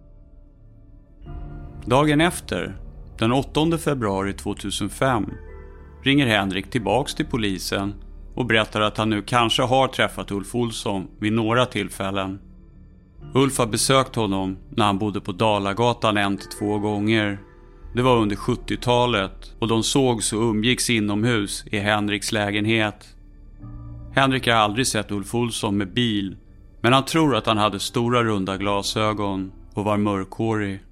Dagen efter, den åttonde februari tvåtusenfem, ringer Henrik tillbaks till polisen och berättar att han nu kanske har träffat Ulf Olsson vid några tillfällen. Ulf har besökt honom när han bodde på Dalagatan en till två gånger. Det var under sjuttiotalet och de sågs och umgicks inomhus i Henriks lägenhet. Henrik har aldrig sett Ulf Olsson med bil, men han tror att han hade stora runda glasögon och var mörkhårig.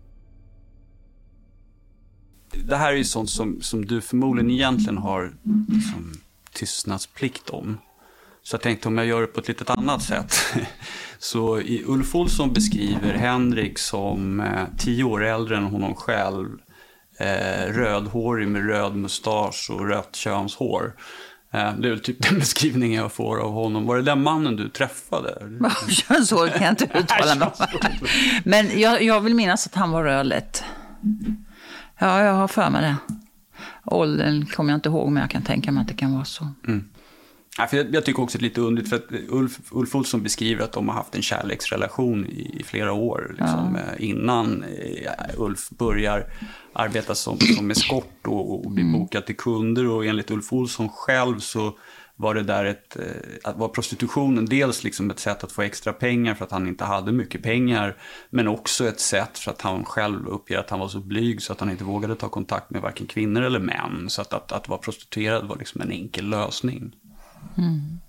Det här är ju sånt som, som du förmodligen egentligen har liksom, tystnadsplikt om. Så jag tänkte om jag gör det på ett litet annat sätt. Så i Ulf Olsson beskriver Henrik som eh, tio år äldre än honom själv. Eh, rödhårig med röd mustasch och rött könshår. Eh, det är väl typ den beskrivningen jag får av honom. Var det den mannen du träffade? Könshår kan jag inte uttala mig om. Men jag, jag vill minnas att han var rödlätt. Ja, jag har för mig det. Åldern kommer jag inte ihåg, men jag kan tänka mig att det kan vara så. Mm. Ja, för jag, jag tycker också det är lite underligt, för att Ulf, Ulf Olsson beskriver att de har haft en kärleksrelation i, i flera år. Liksom, ja. Innan ja, Ulf börjar arbeta som, som eskort och, och blir mm. bokad till kunder. Och enligt Ulf Olsson själv så var det där ett, att var prostitutionen dels liksom ett sätt att få extra pengar för att han inte hade mycket pengar, men också ett sätt för att han själv uppger att han var så blyg så att han inte vågade ta kontakt med varken kvinnor eller män, så att, att, att vara prostituerad var liksom en enkel lösning. Mm.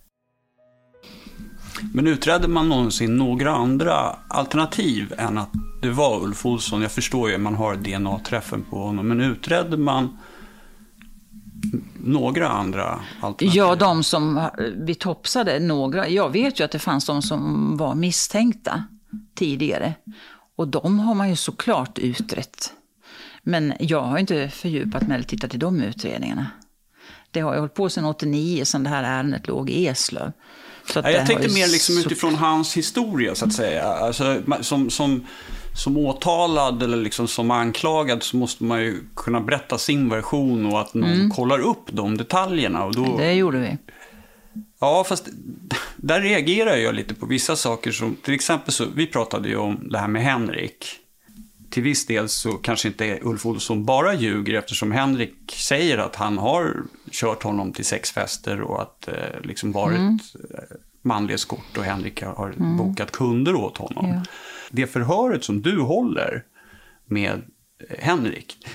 Men utredde man någonsin några andra alternativ än att det var Ulf Olsson? Jag förstår ju att man har D N A-träffen på honom, men utredde man några andra alternativ? Ja, de som vi topsade, några. Jag vet ju att det fanns de som var misstänkta tidigare. Och de har man ju såklart utrett. Men jag har inte fördjupat mig eller tittat till de utredningarna. Det har jag hållit på sedan åttionio, sedan det här ärendet låg i Eslöv. Så ja, jag tänkte mer liksom så... utifrån hans historia så att säga. Alltså, som, som, som åtalad eller liksom som anklagad så måste man ju kunna berätta sin version och att någon mm. kollar upp de detaljerna. Och då... Det gjorde vi. Ja, fast där reagerar jag lite på vissa saker. Som, till exempel så, vi pratade ju om det här med Henrik. Till viss del så kanske inte Ulf Olsson bara ljuger, eftersom Henrik säger att han har kört honom till sexfester och att eh, liksom varit mm. manlig eskort och Henrik har mm. bokat kunder åt honom. Ja. Det förhöret som du håller med Henrik,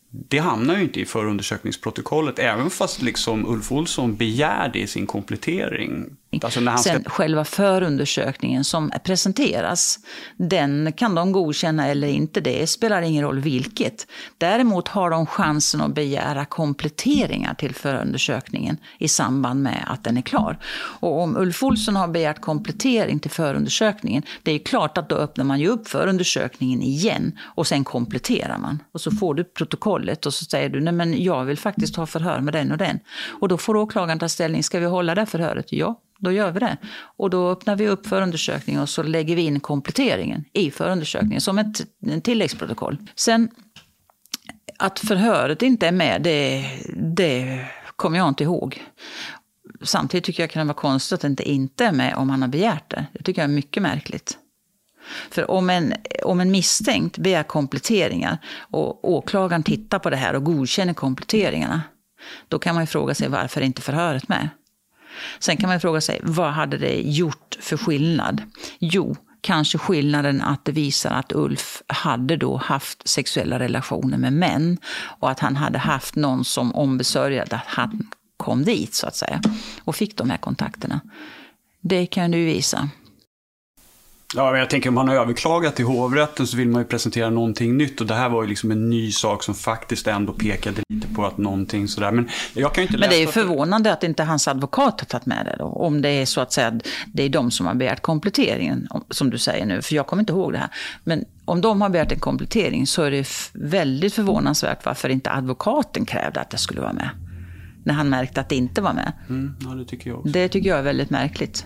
det hamnar ju inte i förundersökningsprotokollet, även fast liksom Ulf Olsson begär det i sin komplettering. Alltså när han Sen ska... själva förundersökningen som presenteras, den kan de godkänna eller inte, det spelar ingen roll vilket. Däremot har de chansen att begära kompletteringar till förundersökningen i samband med att den är klar. Och om Ulf Olsson har begärt komplettering till förundersökningen, det är klart att då öppnar man ju upp förundersökningen igen och sen kompletterar man. Och så får du protokollet och så säger du, nej men jag vill faktiskt ha förhör med den och den. Och då får åklagaren ta ställning, ska vi hålla det förhöret? Ja. Då gör vi det. Och då öppnar vi upp förundersökningen och så lägger vi in kompletteringen i förundersökningen som ett en tilläggsprotokoll. Sen att förhöret inte är med, det, det kommer jag inte ihåg. Samtidigt tycker jag kan det vara konstigt att det inte, inte är med om han har begärt det. Det tycker jag är mycket märkligt. För om en, om en misstänkt begär kompletteringar och åklagaren tittar på det här och godkänner kompletteringarna, då kan man ju fråga sig varför inte förhöret med. Sen kan man fråga sig, vad hade det gjort för skillnad? Jo, kanske skillnaden att det visar att Ulf hade då haft sexuella relationer med män och att han hade haft någon som ombesörjade att han kom dit så att säga och fick de här kontakterna. Det kan du visa. Ja, men jag tänker om han har överklagat till hovrätten så vill man ju presentera någonting nytt och det här var ju liksom en ny sak som faktiskt ändå pekade lite på att någonting sådär. Men jag kan ju inte läsa. Men det är ju förvånande att inte hans advokat har tagit med det då. Om det är så att säga, det är de som har begärt kompletteringen som du säger nu, för jag kommer inte ihåg det här. Men om de har begärt en komplettering så är det väldigt förvånansvärt varför inte advokaten krävde att det skulle vara med. När han märkte att det inte var med. Mm, ja, det tycker jag också. Det tycker jag är väldigt märkligt.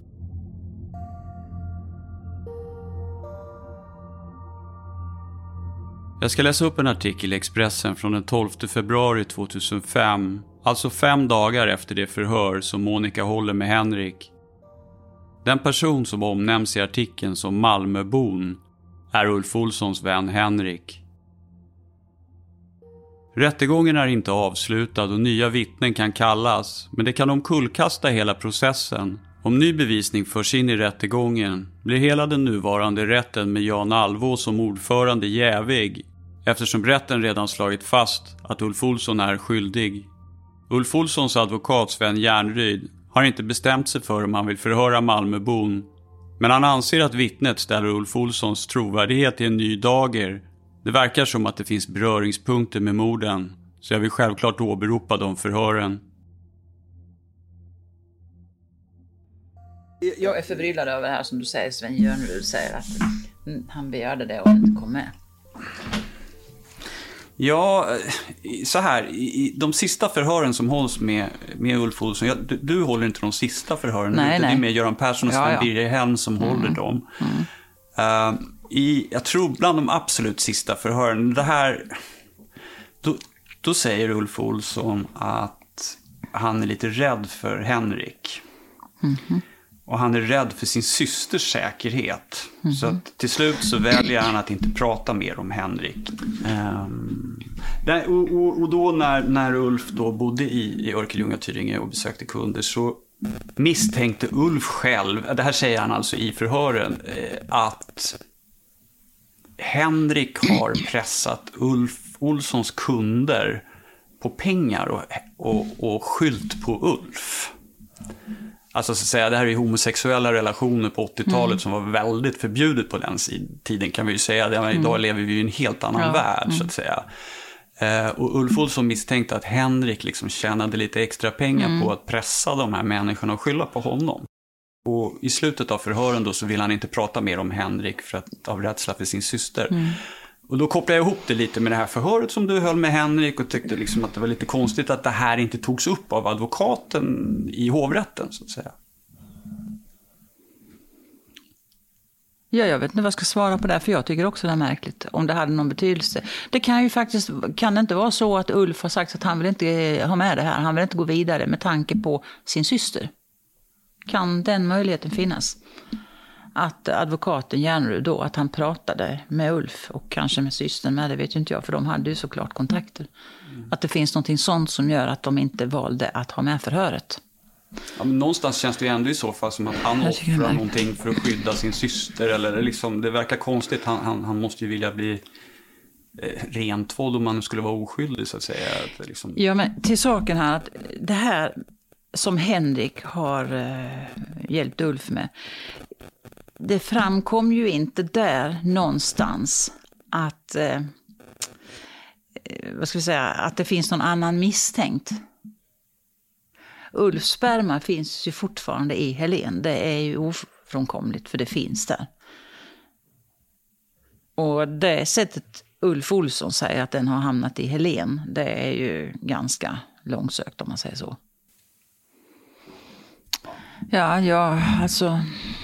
Jag ska läsa upp en artikel i Expressen från den tolfte februari tjugohundrafem, alltså fem dagar efter det förhör som Monica håller med Henrik. Den person som omnämns i artikeln som Malmöbon är Ulf Olssons vän Henrik. Rättegången är inte avslutad och nya vittnen kan kallas, men det kan omkullkasta hela processen. Om ny bevisning förs in i rättegången blir hela den nuvarande rätten med Jan Alvå som ordförande jävig, eftersom rätten redan slagit fast att Ulf Olsson är skyldig. Ulf Olssons advokat Sven Järnryd har inte bestämt sig för om han vill förhöra Malmöbon, men han anser att vittnet ställer Ulf Olssons trovärdighet i en ny dager. Det verkar som att det finns beröringspunkter med morden, så jag vill självklart åberopa de förhören. Jag är förbryllad över det här som du säger, Sven Järnryd säger att han begärde det och inte kom med. Ja, så här, i de sista förhören som hålls med, med Ulf Olsson, jag, du, du håller inte de sista förhören, nej, det nej. är med Göran Persson och Sven ja, ja. Birger Helm som mm. håller dem. Mm. Uh, i, jag tror bland de absolut sista förhören, det här, då, då säger Ulf Olsson att han är lite rädd för Henrik. Mm. Och han är rädd för sin systers säkerhet. Mm-hmm. Så att till slut så väljer han att inte prata mer om Henrik. Um, där, och, och, och då när, när Ulf då bodde i, i Örkelljunga, Tyringe och besökte kunder så misstänkte Ulf själv, det här säger han alltså i förhören, att Henrik har pressat Ulf Olssons kunder på pengar och, och, och skylt på Ulf. Alltså så att säga, det här är homosexuella relationer på åttiotalet mm. som var väldigt förbjudet på den tiden, kan vi ju säga. Det, mm. Idag lever vi i en helt annan ja. värld mm. så att säga. Eh, och Ulf Olsson misstänkte att Henrik liksom tjänade lite extra pengar mm. på att pressa de här människorna och skylla på honom. Och i slutet av förhören då så vill han inte prata mer om Henrik för att, av rädsla för sin syster. Mm. Och då kopplar jag ihop det lite med det här förhöret som du höll med Henrik och tyckte liksom att det var lite konstigt att det här inte togs upp av advokaten i hovrätten så att säga. Ja, jag vet inte vad jag ska svara på det, för jag tycker också det är märkligt om det hade någon betydelse. Det kan ju faktiskt, kan det inte vara så att Ulf har sagt att han vill inte ha med det här, han vill inte gå vidare med tanke på sin syster? Kan den möjligheten finnas? Att advokaten Järnryd då, att han pratade med Ulf och kanske med systern med, det vet ju inte jag, för de hade ju såklart kontakter. Mm. Att det finns någonting sånt som gör att de inte valde att ha med förhöret. Ja, men någonstans känns det ju ändå i så fall som att han offrar någonting för att skydda sin syster. Eller liksom, det verkar konstigt, han, han, han måste ju vilja bli rent våld om man skulle vara oskyldig så att säga. Att liksom... Ja, men till saken här att det här som Henrik har eh, hjälpt Ulf med, det framkom ju inte där någonstans att eh, vad ska vi säga, att det finns någon annan misstänkt. Ulfs sperma finns ju fortfarande i Helen. Det är ju ofrånkomligt för det finns där. Och det sättet Ulf Olsson säger att den har hamnat i Helen, det är ju ganska långsökt om man säger så. Ja, ja, alltså...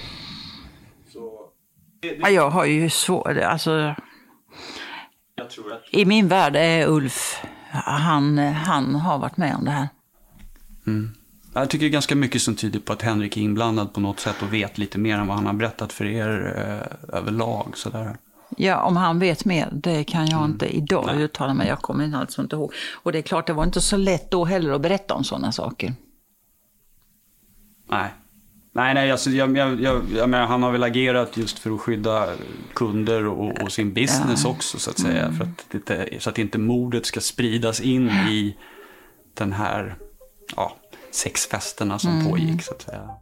Ja, jag har ju svårt, alltså... Jag tror att... I min värld är Ulf, han, han har varit med om det här. Mm. Jag tycker det är ganska mycket som tyder på att Henrik är inblandad på något sätt och vet lite mer än vad han har berättat för er eh, överlag. Sådär. Ja, om han vet mer, det kan jag Mm. inte idag Nej. uttala mig. Jag kommer alltså inte ihåg. Och det är klart, det var inte så lätt då heller att berätta om sådana saker. Nej. Nej, nej alltså, jag, jag, jag, jag menar, han har väl agerat just för att skydda kunder och, och sin business ja. också så att säga. Mm. För att det, så att inte mordet ska spridas in i den här ja, sexfesterna som mm. pågick så att säga.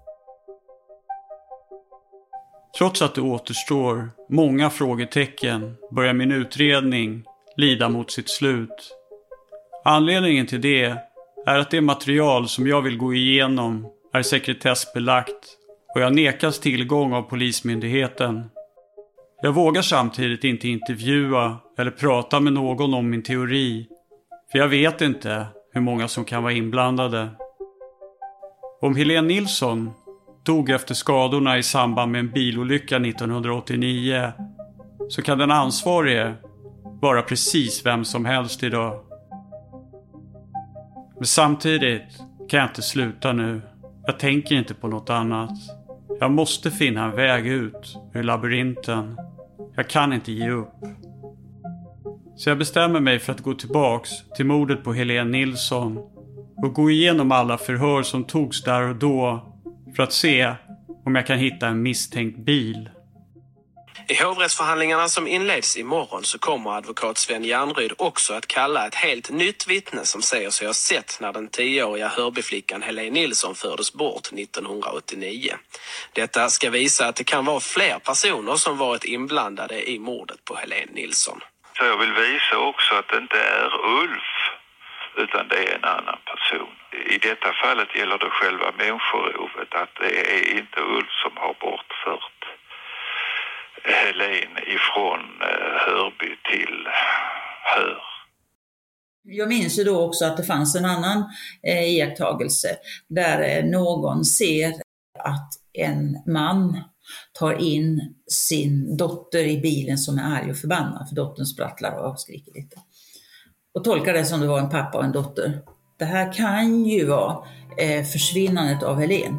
Trots att det återstår många frågetecken börjar min utredning lida mot sitt slut. Anledningen till det är att det material som jag vill gå igenom är sekretessbelagt och jag nekas tillgång av polismyndigheten. Jag vågar samtidigt inte intervjua eller prata med någon om min teori, för jag vet inte hur många som kan vara inblandade. Om Helen Nilsson dog efter skadorna i samband med en bilolycka nittonhundraåttionio så kan den ansvarige vara precis vem som helst idag. Men samtidigt kan jag inte sluta nu. Jag tänker inte på något annat. Jag måste finna en väg ut ur labyrinten. Jag kan inte ge upp. Så jag bestämmer mig för att gå tillbaks till mordet på Helen Nilsson och gå igenom alla förhör som togs där och då för att se om jag kan hitta en misstänkt bil. I hovrättsförhandlingarna som inleds imorgon så kommer advokat Sven Järnryd också att kalla ett helt nytt vittne som säger sig ha sett när den tioåriga Hörbyflickan Helen Nilsson fördes bort nittonhundraåttionio. Detta ska visa att det kan vara fler personer som varit inblandade i mordet på Helen Nilsson. Så jag vill visa också att det inte är Ulf utan det är en annan person. I detta fallet gäller det själva människorovet, att det är inte Ulf som har bortfört Helen ifrån Hörby till Hör. Jag minns ju då också att det fanns en annan eh, iakttagelse där någon ser att en man tar in sin dotter i bilen som är arg och förbannad för dottern sprattlar och skriker lite. Och tolkar det som det var en pappa och en dotter. Det här kan ju vara eh, försvinnandet av Helen.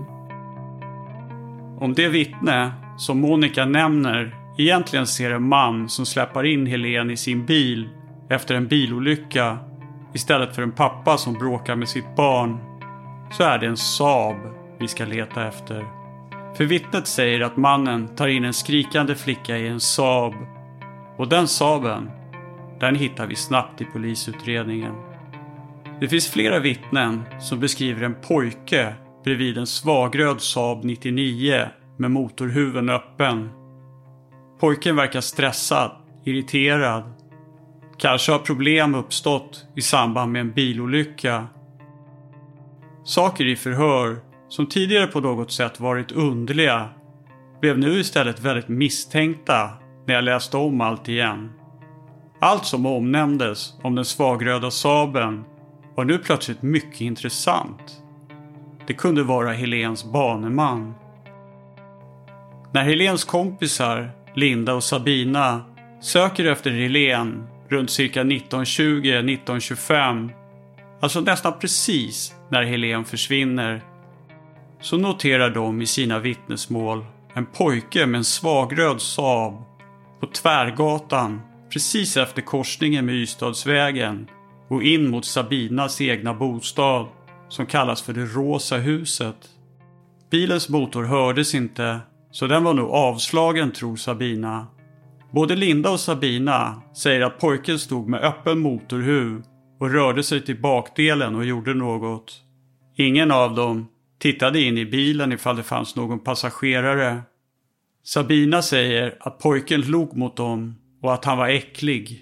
Om det vittne som Monica nämner egentligen ser en man som släpper in Helen i sin bil efter en bilolycka istället för en pappa som bråkar med sitt barn, så är det en Saab vi ska leta efter. För vittnet säger att mannen tar in en skrikande flicka i en Saab, och den Saaben, den hittar vi snabbt i polisutredningen. Det finns flera vittnen som beskriver en pojke bredvid en svagröd Saab nittionio med motorhuven öppen. Pojken verkar stressad, irriterad. Kanske har problem uppstått i samband med en bilolycka. Saker i förhör som tidigare på något sätt varit underliga blev nu istället väldigt misstänkta när jag läste om allt igen. Allt som omnämndes om den svagröda Saaben var nu plötsligt mycket intressant. Det kunde vara Helens baneman. När Helens kompisar, Linda och Sabina, söker efter Helen runt cirka nitton tjugo nitton tjugofem, alltså nästan precis när Helen försvinner, så noterar de i sina vittnesmål en pojke med en svagröd Saab på Tvärgatan precis efter korsningen med Ystadsvägen och in mot Sabinas egna bostad som kallas för det Rosa huset. Bilens motor hördes inte, så den var nog avslagen, tror Sabina. Både Linda och Sabina säger att pojken stod med öppen motorhuv och rörde sig till bakdelen och gjorde något. Ingen av dem tittade in i bilen ifall det fanns någon passagerare. Sabina säger att pojken log mot dem och att han var äcklig.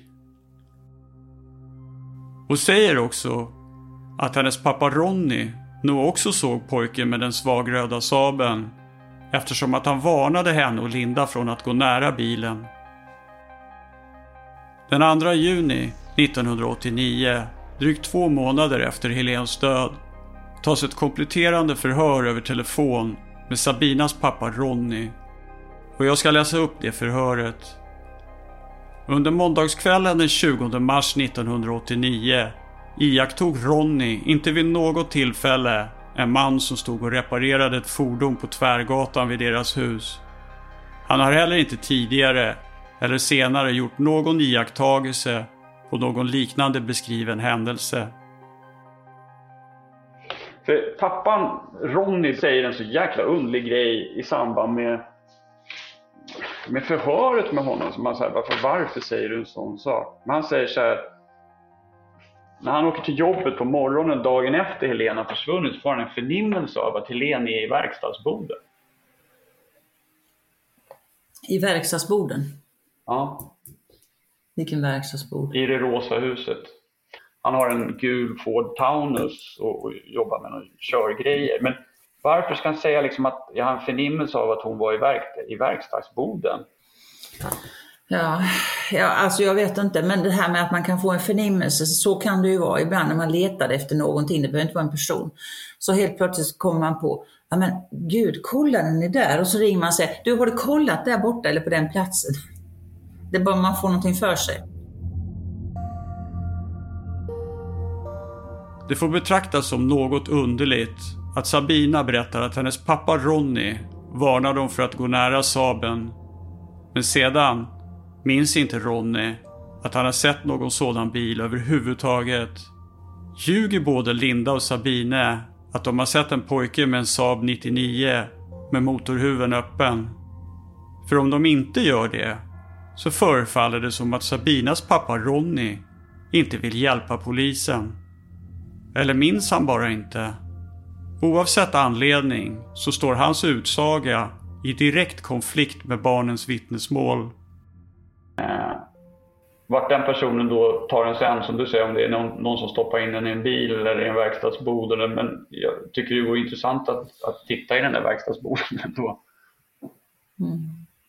Och säger också att hennes pappa Ronny nog också såg pojken med den svagröda Saaben, eftersom att han varnade henne och Linda från att gå nära bilen. Den andra juni nittonhundraåttionio, drygt två månader efter Helens död, tas ett kompletterande förhör över telefon med Sabinas pappa Ronny. Och jag ska läsa upp det förhöret. Under måndagskvällen den tjugonde mars nittonhundraåttionio iakttog Ronny inte vid något tillfälle en man som stod och reparerade ett fordon på Tvärgatan vid deras hus. Han har heller inte tidigare eller senare gjort någon iakttagelse på någon liknande beskriven händelse. För pappan Ronny säger en så jäkla underlig grej i samband med, med förhöret med honom. Som man säger, varför, varför säger du en sån sak? Men han säger så här: när han åker till jobbet på morgonen dagen efter Helena försvunnit får han en förnimmelse av att Helena är i verkstadsboden. I verkstadsboden? Ja. Vilken verkstadsbod? I det rosa huset. Han har en gul Ford Taunus och, och jobbar med några körgrejer. Men varför ska han säga liksom att jag har en förnimmelse av att hon var i, verk, i verkstadsboden? Ja, ja, alltså jag vet inte. Men det här med att man kan få en förnimmelse, så kan det ju vara ibland när man letar efter någonting. Det behöver inte vara en person. Så helt plötsligt kommer man på, ja men gud, kolla den är där. Och så ringer man och säger, du har du kollat där borta eller på den platsen? Det är bara man får någonting för sig. Det får betraktas som något underligt att Sabina berättar att hennes pappa Ronny varnar dem för att gå nära Saaben. Men sedan minns inte Ronny att han har sett någon sådan bil överhuvudtaget. Ljuger både Linda och Sabine att de har sett en pojke med en Saab nittionio med motorhuven öppen. För om de inte gör det så förefaller det som att Sabinas pappa Ronny inte vill hjälpa polisen. Eller minns han bara inte? Oavsett anledning så står hans utsaga i direkt konflikt med barnens vittnesmål. Eh, vart den personen då tar en sen, som du säger, om det är någon, någon som stoppar in den i en bil eller i en verkstadsbod. Eller, men jag tycker det vore intressant att, att titta i den där verkstadsboden då. Mm.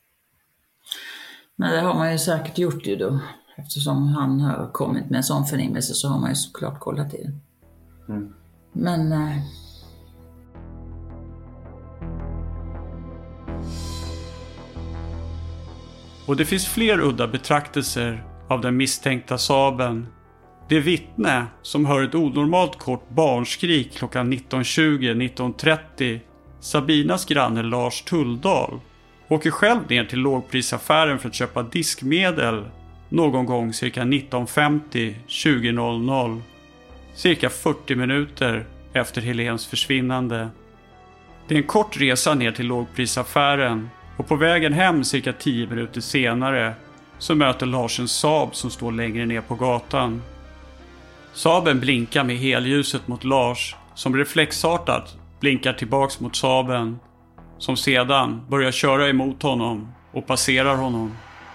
Men det har man ju säkert gjort ju då. Eftersom han har kommit med en sån förnimmelse så har man ju såklart kollat i den. Mm. Men... Eh... Och det finns fler udda betraktelser av den misstänkta Saaben. Det vittne som hör ett onormalt kort barnskrik klockan nitton tjugo nitton trettio, Sabinas granne Lars Tulldal, åker själv ner till lågprisaffären för att köpa diskmedel någon gång cirka nitton femtio tjugo noll noll, cirka fyrtio minuter efter Helens försvinnande. Det är en kort resa ner till lågprisaffären och på vägen hem cirka tio minuter senare så möter Lars en Saab som står längre ner på gatan. Saaben blinkar med helljuset mot Lars som reflexartat blinkar tillbaks mot Saaben, som sedan börjar köra emot honom och passerar honom.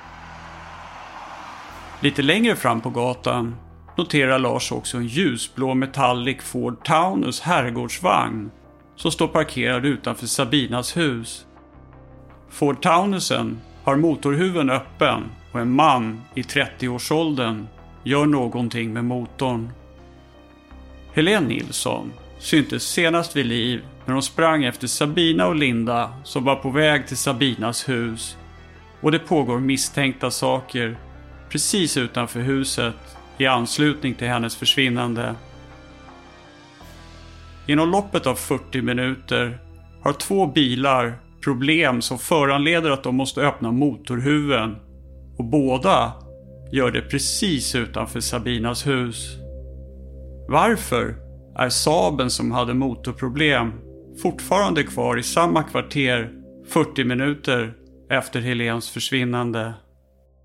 Lite längre fram på gatan noterar Lars också en ljusblå metallic Ford Taunus herrgårdsvagn som står parkerad utanför Sabinas hus. Ford Taunusen har motorhuven öppen och en man i trettio-årsåldern gör någonting med motorn. Helene Nilsson syntes senast vid liv när hon sprang efter Sabina och Linda som var på väg till Sabinas hus, och det pågår misstänkta saker precis utanför huset i anslutning till hennes försvinnande. Inom loppet av fyrtio minuter har två bilar problem som föranleder att de måste öppna motorhuven, och båda gör det precis utanför Sabinas hus. Varför är Saaben som hade motorproblem fortfarande kvar i samma kvarter fyrtio minuter efter Helens försvinnande?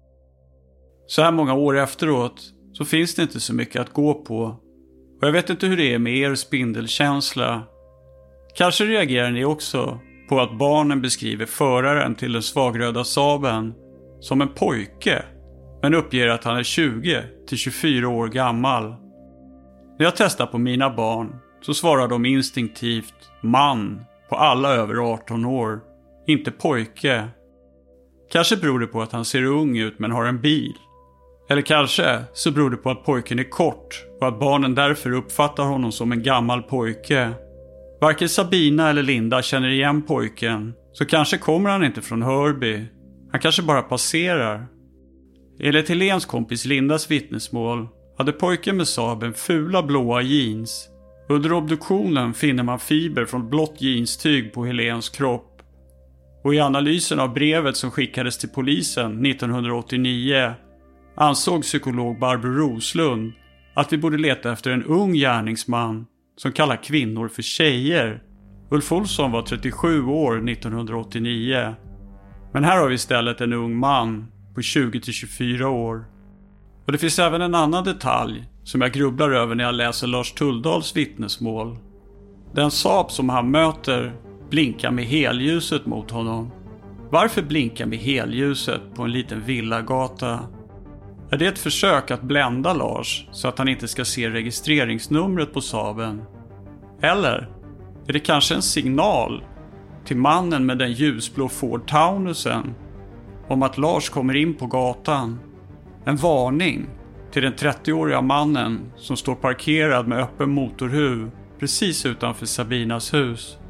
Så här många år efteråt så finns det inte så mycket att gå på. Och jag vet inte hur det är med er spindelkänsla. Kanske reagerar ni också på att barnen beskriver föraren till den svagröda Saaben som en pojke, men uppger att han är tjugo till tjugofyra år gammal. När jag testar på mina barn så svarar de instinktivt man på alla över arton år, inte pojke. Kanske beror det på att han ser ung ut men har en bil. Eller kanske så beror det på att pojken är kort och att barnen därför uppfattar honom som en gammal pojke. Varken Sabina eller Linda känner igen pojken, så kanske kommer han inte från Hörby. Han kanske bara passerar. Enligt Helens kompis Lindas vittnesmål hade pojken med Saaben fula blåa jeans. Under obduktionen finner man fiber från blått jeanstyg på Helens kropp. Och i analysen av brevet som skickades till polisen nittonhundraåttionio ansåg psykolog Barbro Roslund att vi borde leta efter en ung gärningsman som kallar kvinnor för tjejer. Ulf Olsson var trettiosju år nittonhundraåttionio. Men här har vi istället en ung man på tjugo till tjugofyra år. Och det finns även en annan detalj som jag grubblar över när jag läser Lars Tulldals vittnesmål. Den Saab som han möter blinkar med helljuset mot honom. Varför blinka med helljuset på en liten villagata? Är det ett försök att blända Lars så att han inte ska se registreringsnumret på Saaben? Eller är det kanske en signal till mannen med den ljusblå Ford Taunusen om att Lars kommer in på gatan? En varning till den trettioåriga mannen som står parkerad med öppen motorhuv precis utanför Sabinas hus.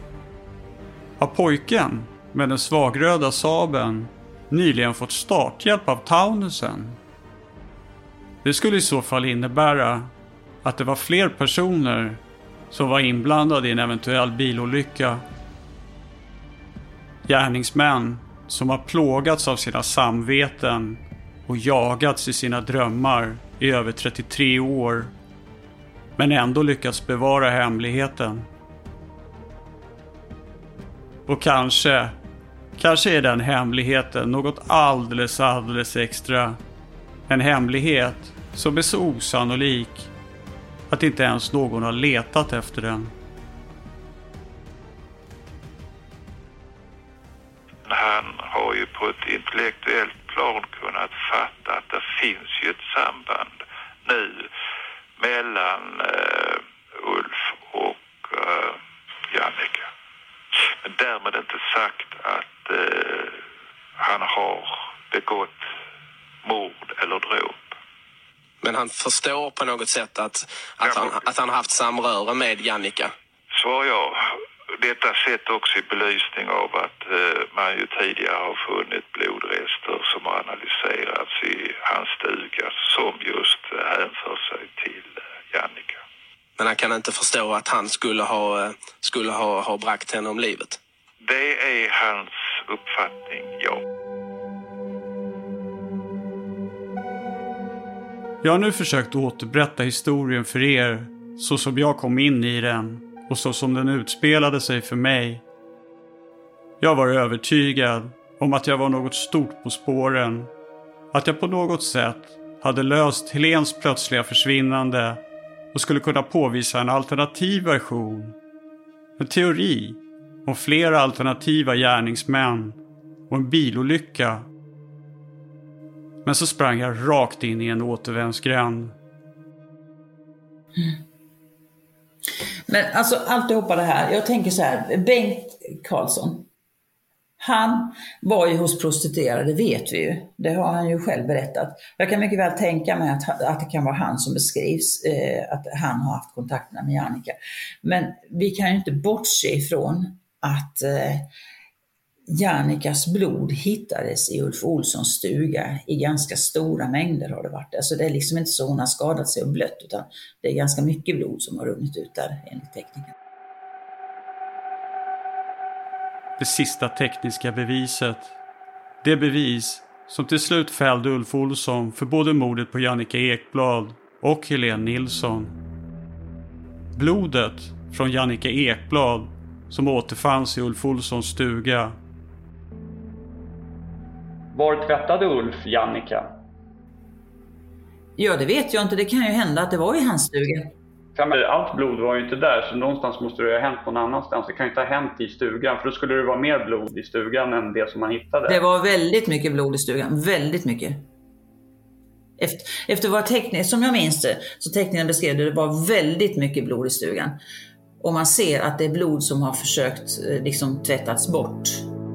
Har pojken med den svagröda Saaben nyligen fått starthjälp av Taunusen? Det skulle i så fall innebära att det var fler personer som var inblandade i en eventuell bilolycka. Gärningsmän som har plågats av sina samveten och jagats i sina drömmar i över trettiotre år, men ändå lyckats bevara hemligheten. Och kanske, kanske är den hemligheten något alldeles, alldeles extra. En hemlighet som är så osannolik att inte ens någon har letat efter den. Han har ju på ett intellektuellt plan kunnat fatta att det finns ju ett samband nu mellan uh, Ulf och uh, Jannica. Men därmed inte sagt att uh, han har begått mord eller dråp. Men han förstår på något sätt att, att, han, att han har haft samröre med Jannica? Svar ja. Detta sett också i belysning av att eh, man ju tidigare har funnit blodrester som har analyserats i hans stuga som just eh, hänför sig till eh, Jannica. Men han kan inte förstå att han skulle ha, skulle ha, ha bragt henne om livet? Det är hans uppfattning, ja. Jag har nu försökt återberätta historien för er så som jag kom in i den och så som den utspelade sig för mig. Jag var övertygad om att jag var något stort på spåren. Att jag på något sätt hade löst Helens plötsliga försvinnande och skulle kunna påvisa en alternativ version. En teori om flera alternativa gärningsmän och en bilolycka. Men så sprang jag rakt in i en återvändsgränd. Mm. Men alltså alltihopa det här, jag tänker så här, Bengt Karlsson, han var ju hos prostituerade, vet vi ju. Det har han ju själv berättat. Jag kan mycket väl tänka mig att, att det kan vara han som beskrivs, eh, att han har haft kontakterna med Jannica. Men vi kan ju inte bortse ifrån att eh, Jannicas blod hittades i Ulf Olssons stuga i ganska stora mängder har det varit. Alltså det är liksom inte så hon har skadat sig och blött, utan det är ganska mycket blod som har runnit ut där enligt tekniken. Det sista tekniska beviset. Det bevis som till slut fällde Ulf Olsson för både mordet på Jannica Ekblad och Helene Nilsson. Blodet från Jannica Ekblad som återfanns i Ulf Olssons stuga. Var tvättade Ulf Jannica? Ja, det vet jag inte. Det kan ju hända att det var i hans stuga. Allt blod var ju inte där, så någonstans måste det ha hänt någon annanstans. Det kan ju inte ha hänt i stugan, för då skulle det vara mer blod i stugan än det som man hittade. Det var väldigt mycket blod i stugan, väldigt mycket. Efter, efter vad teckningen, som jag minns det, så teckningen beskrev det, det var väldigt mycket blod i stugan. Och man ser att det är blod som har försökt liksom tvättats bort.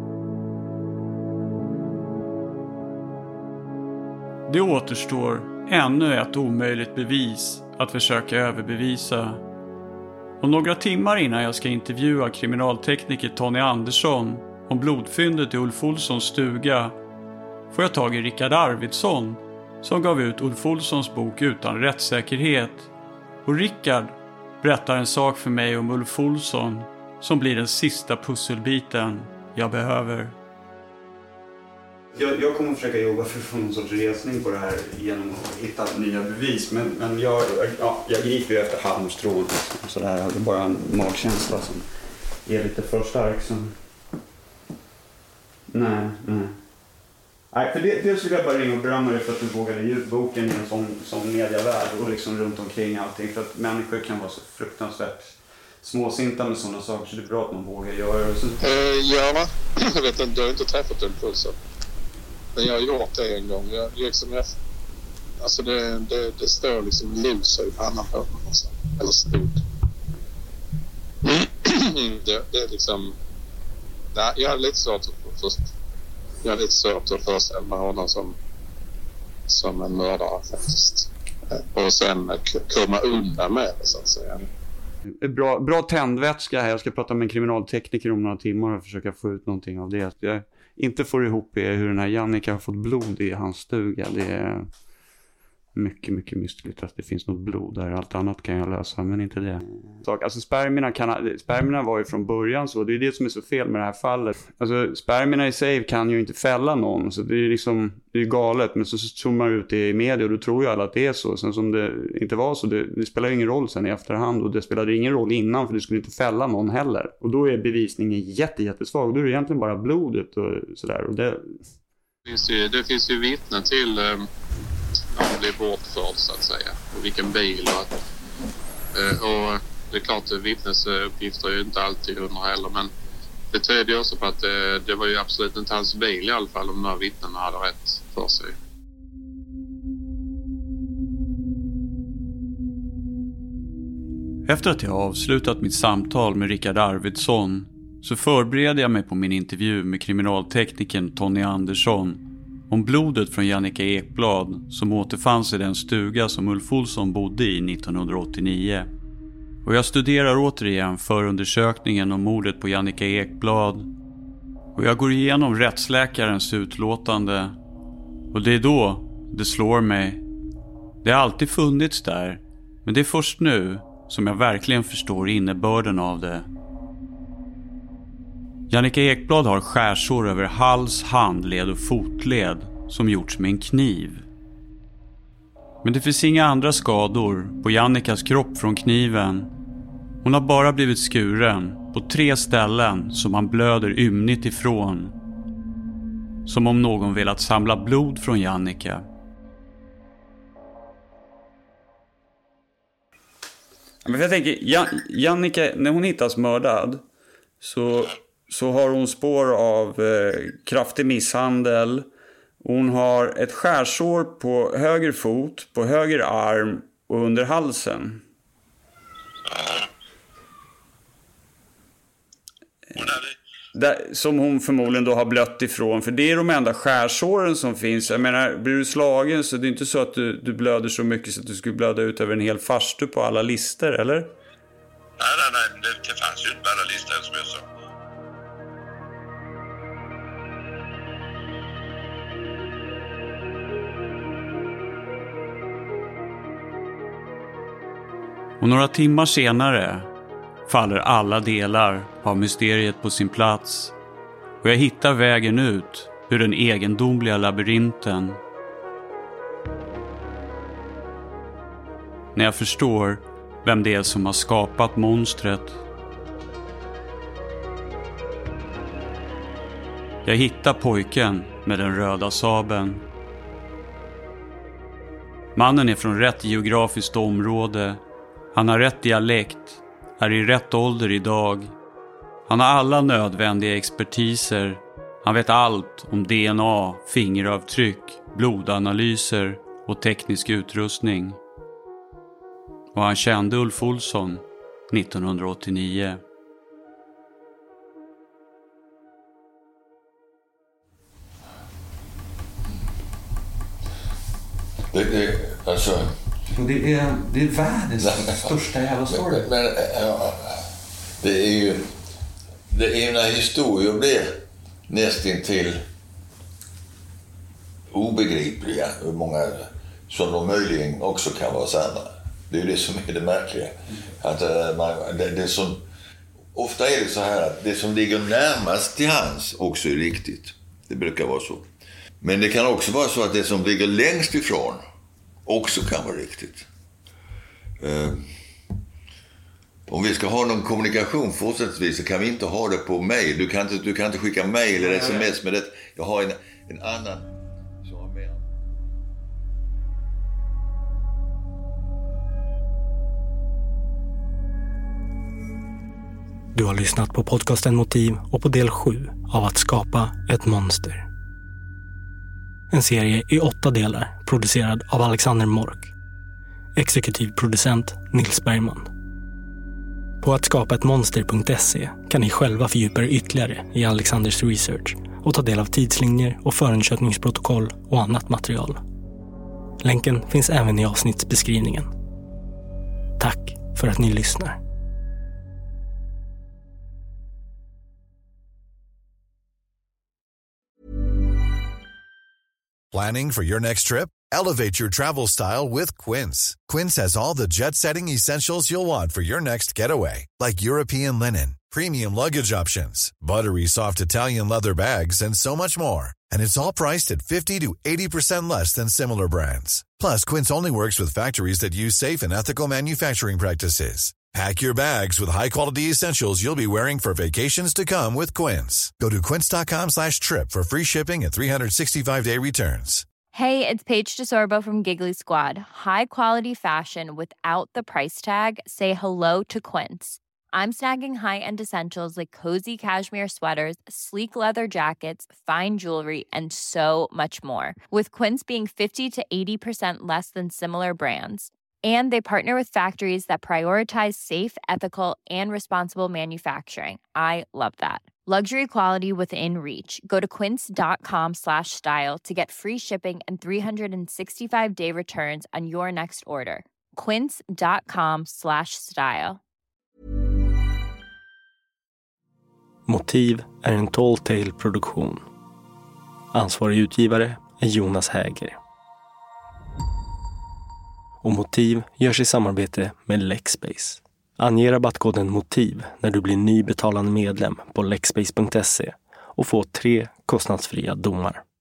Det återstår ännu ett omöjligt bevis att försöka överbevisa. Och några timmar innan jag ska intervjua kriminaltekniker Tony Andersson om blodfyndet i Ulf Olssons stuga får jag tag i Rickard Arvidsson som gav ut Ulf Olssons bok Utan rättssäkerhet. Och Rickard berättar en sak för mig om Ulf Olsson som blir den sista pusselbiten jag behöver. Jag, jag kommer att försöka jobba för att få någon sorts resning på det här genom att hitta nya bevis. Men, men jag, ja, jag griper ju efter halmstrån. Så där. Det är bara en magkänsla som är lite för stark. Som... Nej, nej. Nej, för det, dels vill jag bara ringa och berömma dig för att du vågade ge ut boken i en sån, sån medievärld och liksom runt omkring allting. För att människor kan vara så fruktansvärt småsinta med sådana saker, så det är bra att man vågar göra det. Så... Uh, ja, jag vet inte, du har inte träffat Ulf Olsson. Men jag har gjort det en gång. Jag, liksom, jag, alltså det, det, det står liksom loser i pannan på mig. Alltså. Eller stod. det, det är liksom... Nej, jag har lite svårt att först. Jag har lite svårt att föreställa mig honom som, som en mördare faktiskt. Och sen komma undan med det, så att säga. Bra, bra tändvätska här. Jag ska prata med en kriminaltekniker om några timmar och försöka få ut någonting av det. Jag inte får ihop är hur den här Jannica har fått blod i hans stuga. Det är mycket, mycket mystiskt att det finns något blod där. Allt annat kan jag lösa, men inte det. Alltså spermierna, kan, spermierna var ju från början så. Det är det som är så fel med det här fallet. Alltså spermierna i sig kan ju inte fälla någon. Så det är liksom, det är galet. Men så zoomar man ut det i media och då tror ju alla att det är så. Sen som det inte var så, det, det spelar ingen roll sen i efterhand. Och det spelade ingen roll innan, för det skulle inte fälla någon heller. Och då är bevisningen jätte, jättesvag. Då är det egentligen bara blodet och sådär. Och det... Det finns ju, det finns ju vittnen till... Um... när han blev bortförd, så att säga, och vilken bil och, och det är klart att vittnesuppgifter är ju inte alltid hundra heller, men det tyder ju också på att det, det var ju absolut inte hans bil i alla fall, om de här vittnena hade rätt för sig. Efter att jag avslutat mitt samtal med Rickard Arvidsson så förbereder jag mig på min intervju med kriminalteknikern Tony Andersson om blodet från Jannica Ekblad som återfanns i den stuga som Ulf Olsson bodde i nittonhundraåttionio. Och jag studerar återigen förundersökningen om mordet på Jannica Ekblad. Och jag går igenom rättsläkarens utlåtande. Och det är då det slår mig. Det har alltid funnits där, men det är först nu som jag verkligen förstår innebörden av det. Jannica Ekblad har skärsår över hals, handled och fotled som gjorts med en kniv. Men det finns inga andra skador på Jannicas kropp från kniven. Hon har bara blivit skuren på tre ställen som man blöder ymnigt ifrån. Som om någon velat samla blod från Jannica. Men jag tänker, Jan- Jannica, när hon hittas mördad så... så har hon spår av eh, kraftig misshandel. Hon har ett skärsår på höger fot, på höger arm och under halsen. Där, som hon förmodligen då har blött ifrån. För det är de enda skärsåren som finns. Jag menar, blir du slagen så det är inte så att du, du blöder så mycket så att du skulle blöda ut över en hel farstu på alla lister, eller? Nej, nej, nej. Det, det fanns ju inte alla listor som jag sa. Och några timmar senare faller alla delar av mysteriet på sin plats. Och jag hittar vägen ut ur den egendomliga labyrinten. När jag förstår vem det är som har skapat monstret. Jag hittar pojken med den röda sabeln. Mannen är från rätt geografiskt område. Han har rätt dialekt, är i rätt ålder idag. Han har alla nödvändiga expertiser. Han vet allt om D N A, fingeravtryck, blodanalyser och teknisk utrustning. Och han kände Ulf Olsson nittonhundraåttionio. Det, det, alltså... det, är, det är världens nej, största jävla story. Men, men, ja, det är ju... Det är när historier blir nästintill obegripliga, hur många som de möjligen också kan vara sanna. Det är ju det som är det märkliga. Att, man, det, det som, ofta är det så här att det som ligger närmast till hands också är riktigt. Det brukar vara så. Men det kan också vara så att det som ligger längst ifrån också kan vara riktigt. Uh, om vi ska ha någon kommunikation fortsättningsvis så kan vi inte ha det på mejl. Du kan inte, du kan inte skicka mejl eller sms med det. Jag har en, en annan som har med. Du har lyssnat på podcasten Motiv och på del sju av Att skapa ett monster. En serie i åtta delar producerad av Alexander Mork. Exekutiv producent Nils Bergman. På att skapa ett monster punkt se kan ni själva fördjupa er ytterligare i Alexanders research och ta del av tidslinjer och förundersökningsprotokoll och annat material. Länken finns även i avsnittsbeskrivningen. Tack för att ni lyssnar. Planning for your next trip? Elevate your travel style with Quince. Quince has all the jet-setting essentials you'll want for your next getaway, like European linen, premium luggage options, buttery soft Italian leather bags, and so much more. And it's all priced at fifty to eighty percent less than similar brands. Plus, Quince only works with factories that use safe and ethical manufacturing practices. Pack your bags with high-quality essentials you'll be wearing for vacations to come with Quince. Go to quince.com slash trip for free shipping and three sixty-five day returns. Hey, it's Paige DeSorbo from Giggly Squad. High quality fashion without the price tag. Say hello to Quince. I'm snagging high-end essentials like cozy cashmere sweaters, sleek leather jackets, fine jewelry, and so much more. With Quince being fifty to eighty percent less than similar brands. And they partner with factories that prioritize safe, ethical, and responsible manufacturing. I love that. Luxury quality within reach. Go to quince.com slash style to get free shipping and three sixty-five day returns on your next order. Quince.com slash style. Motiv är en Tall Tale-produktion. Ansvarig utgivare är Jonas Häger. Och Motiv görs i samarbete med Lexbase. Ange rabattkoden MOTIV när du blir ny betalande medlem på lexbase punkt se och få tre kostnadsfria domar.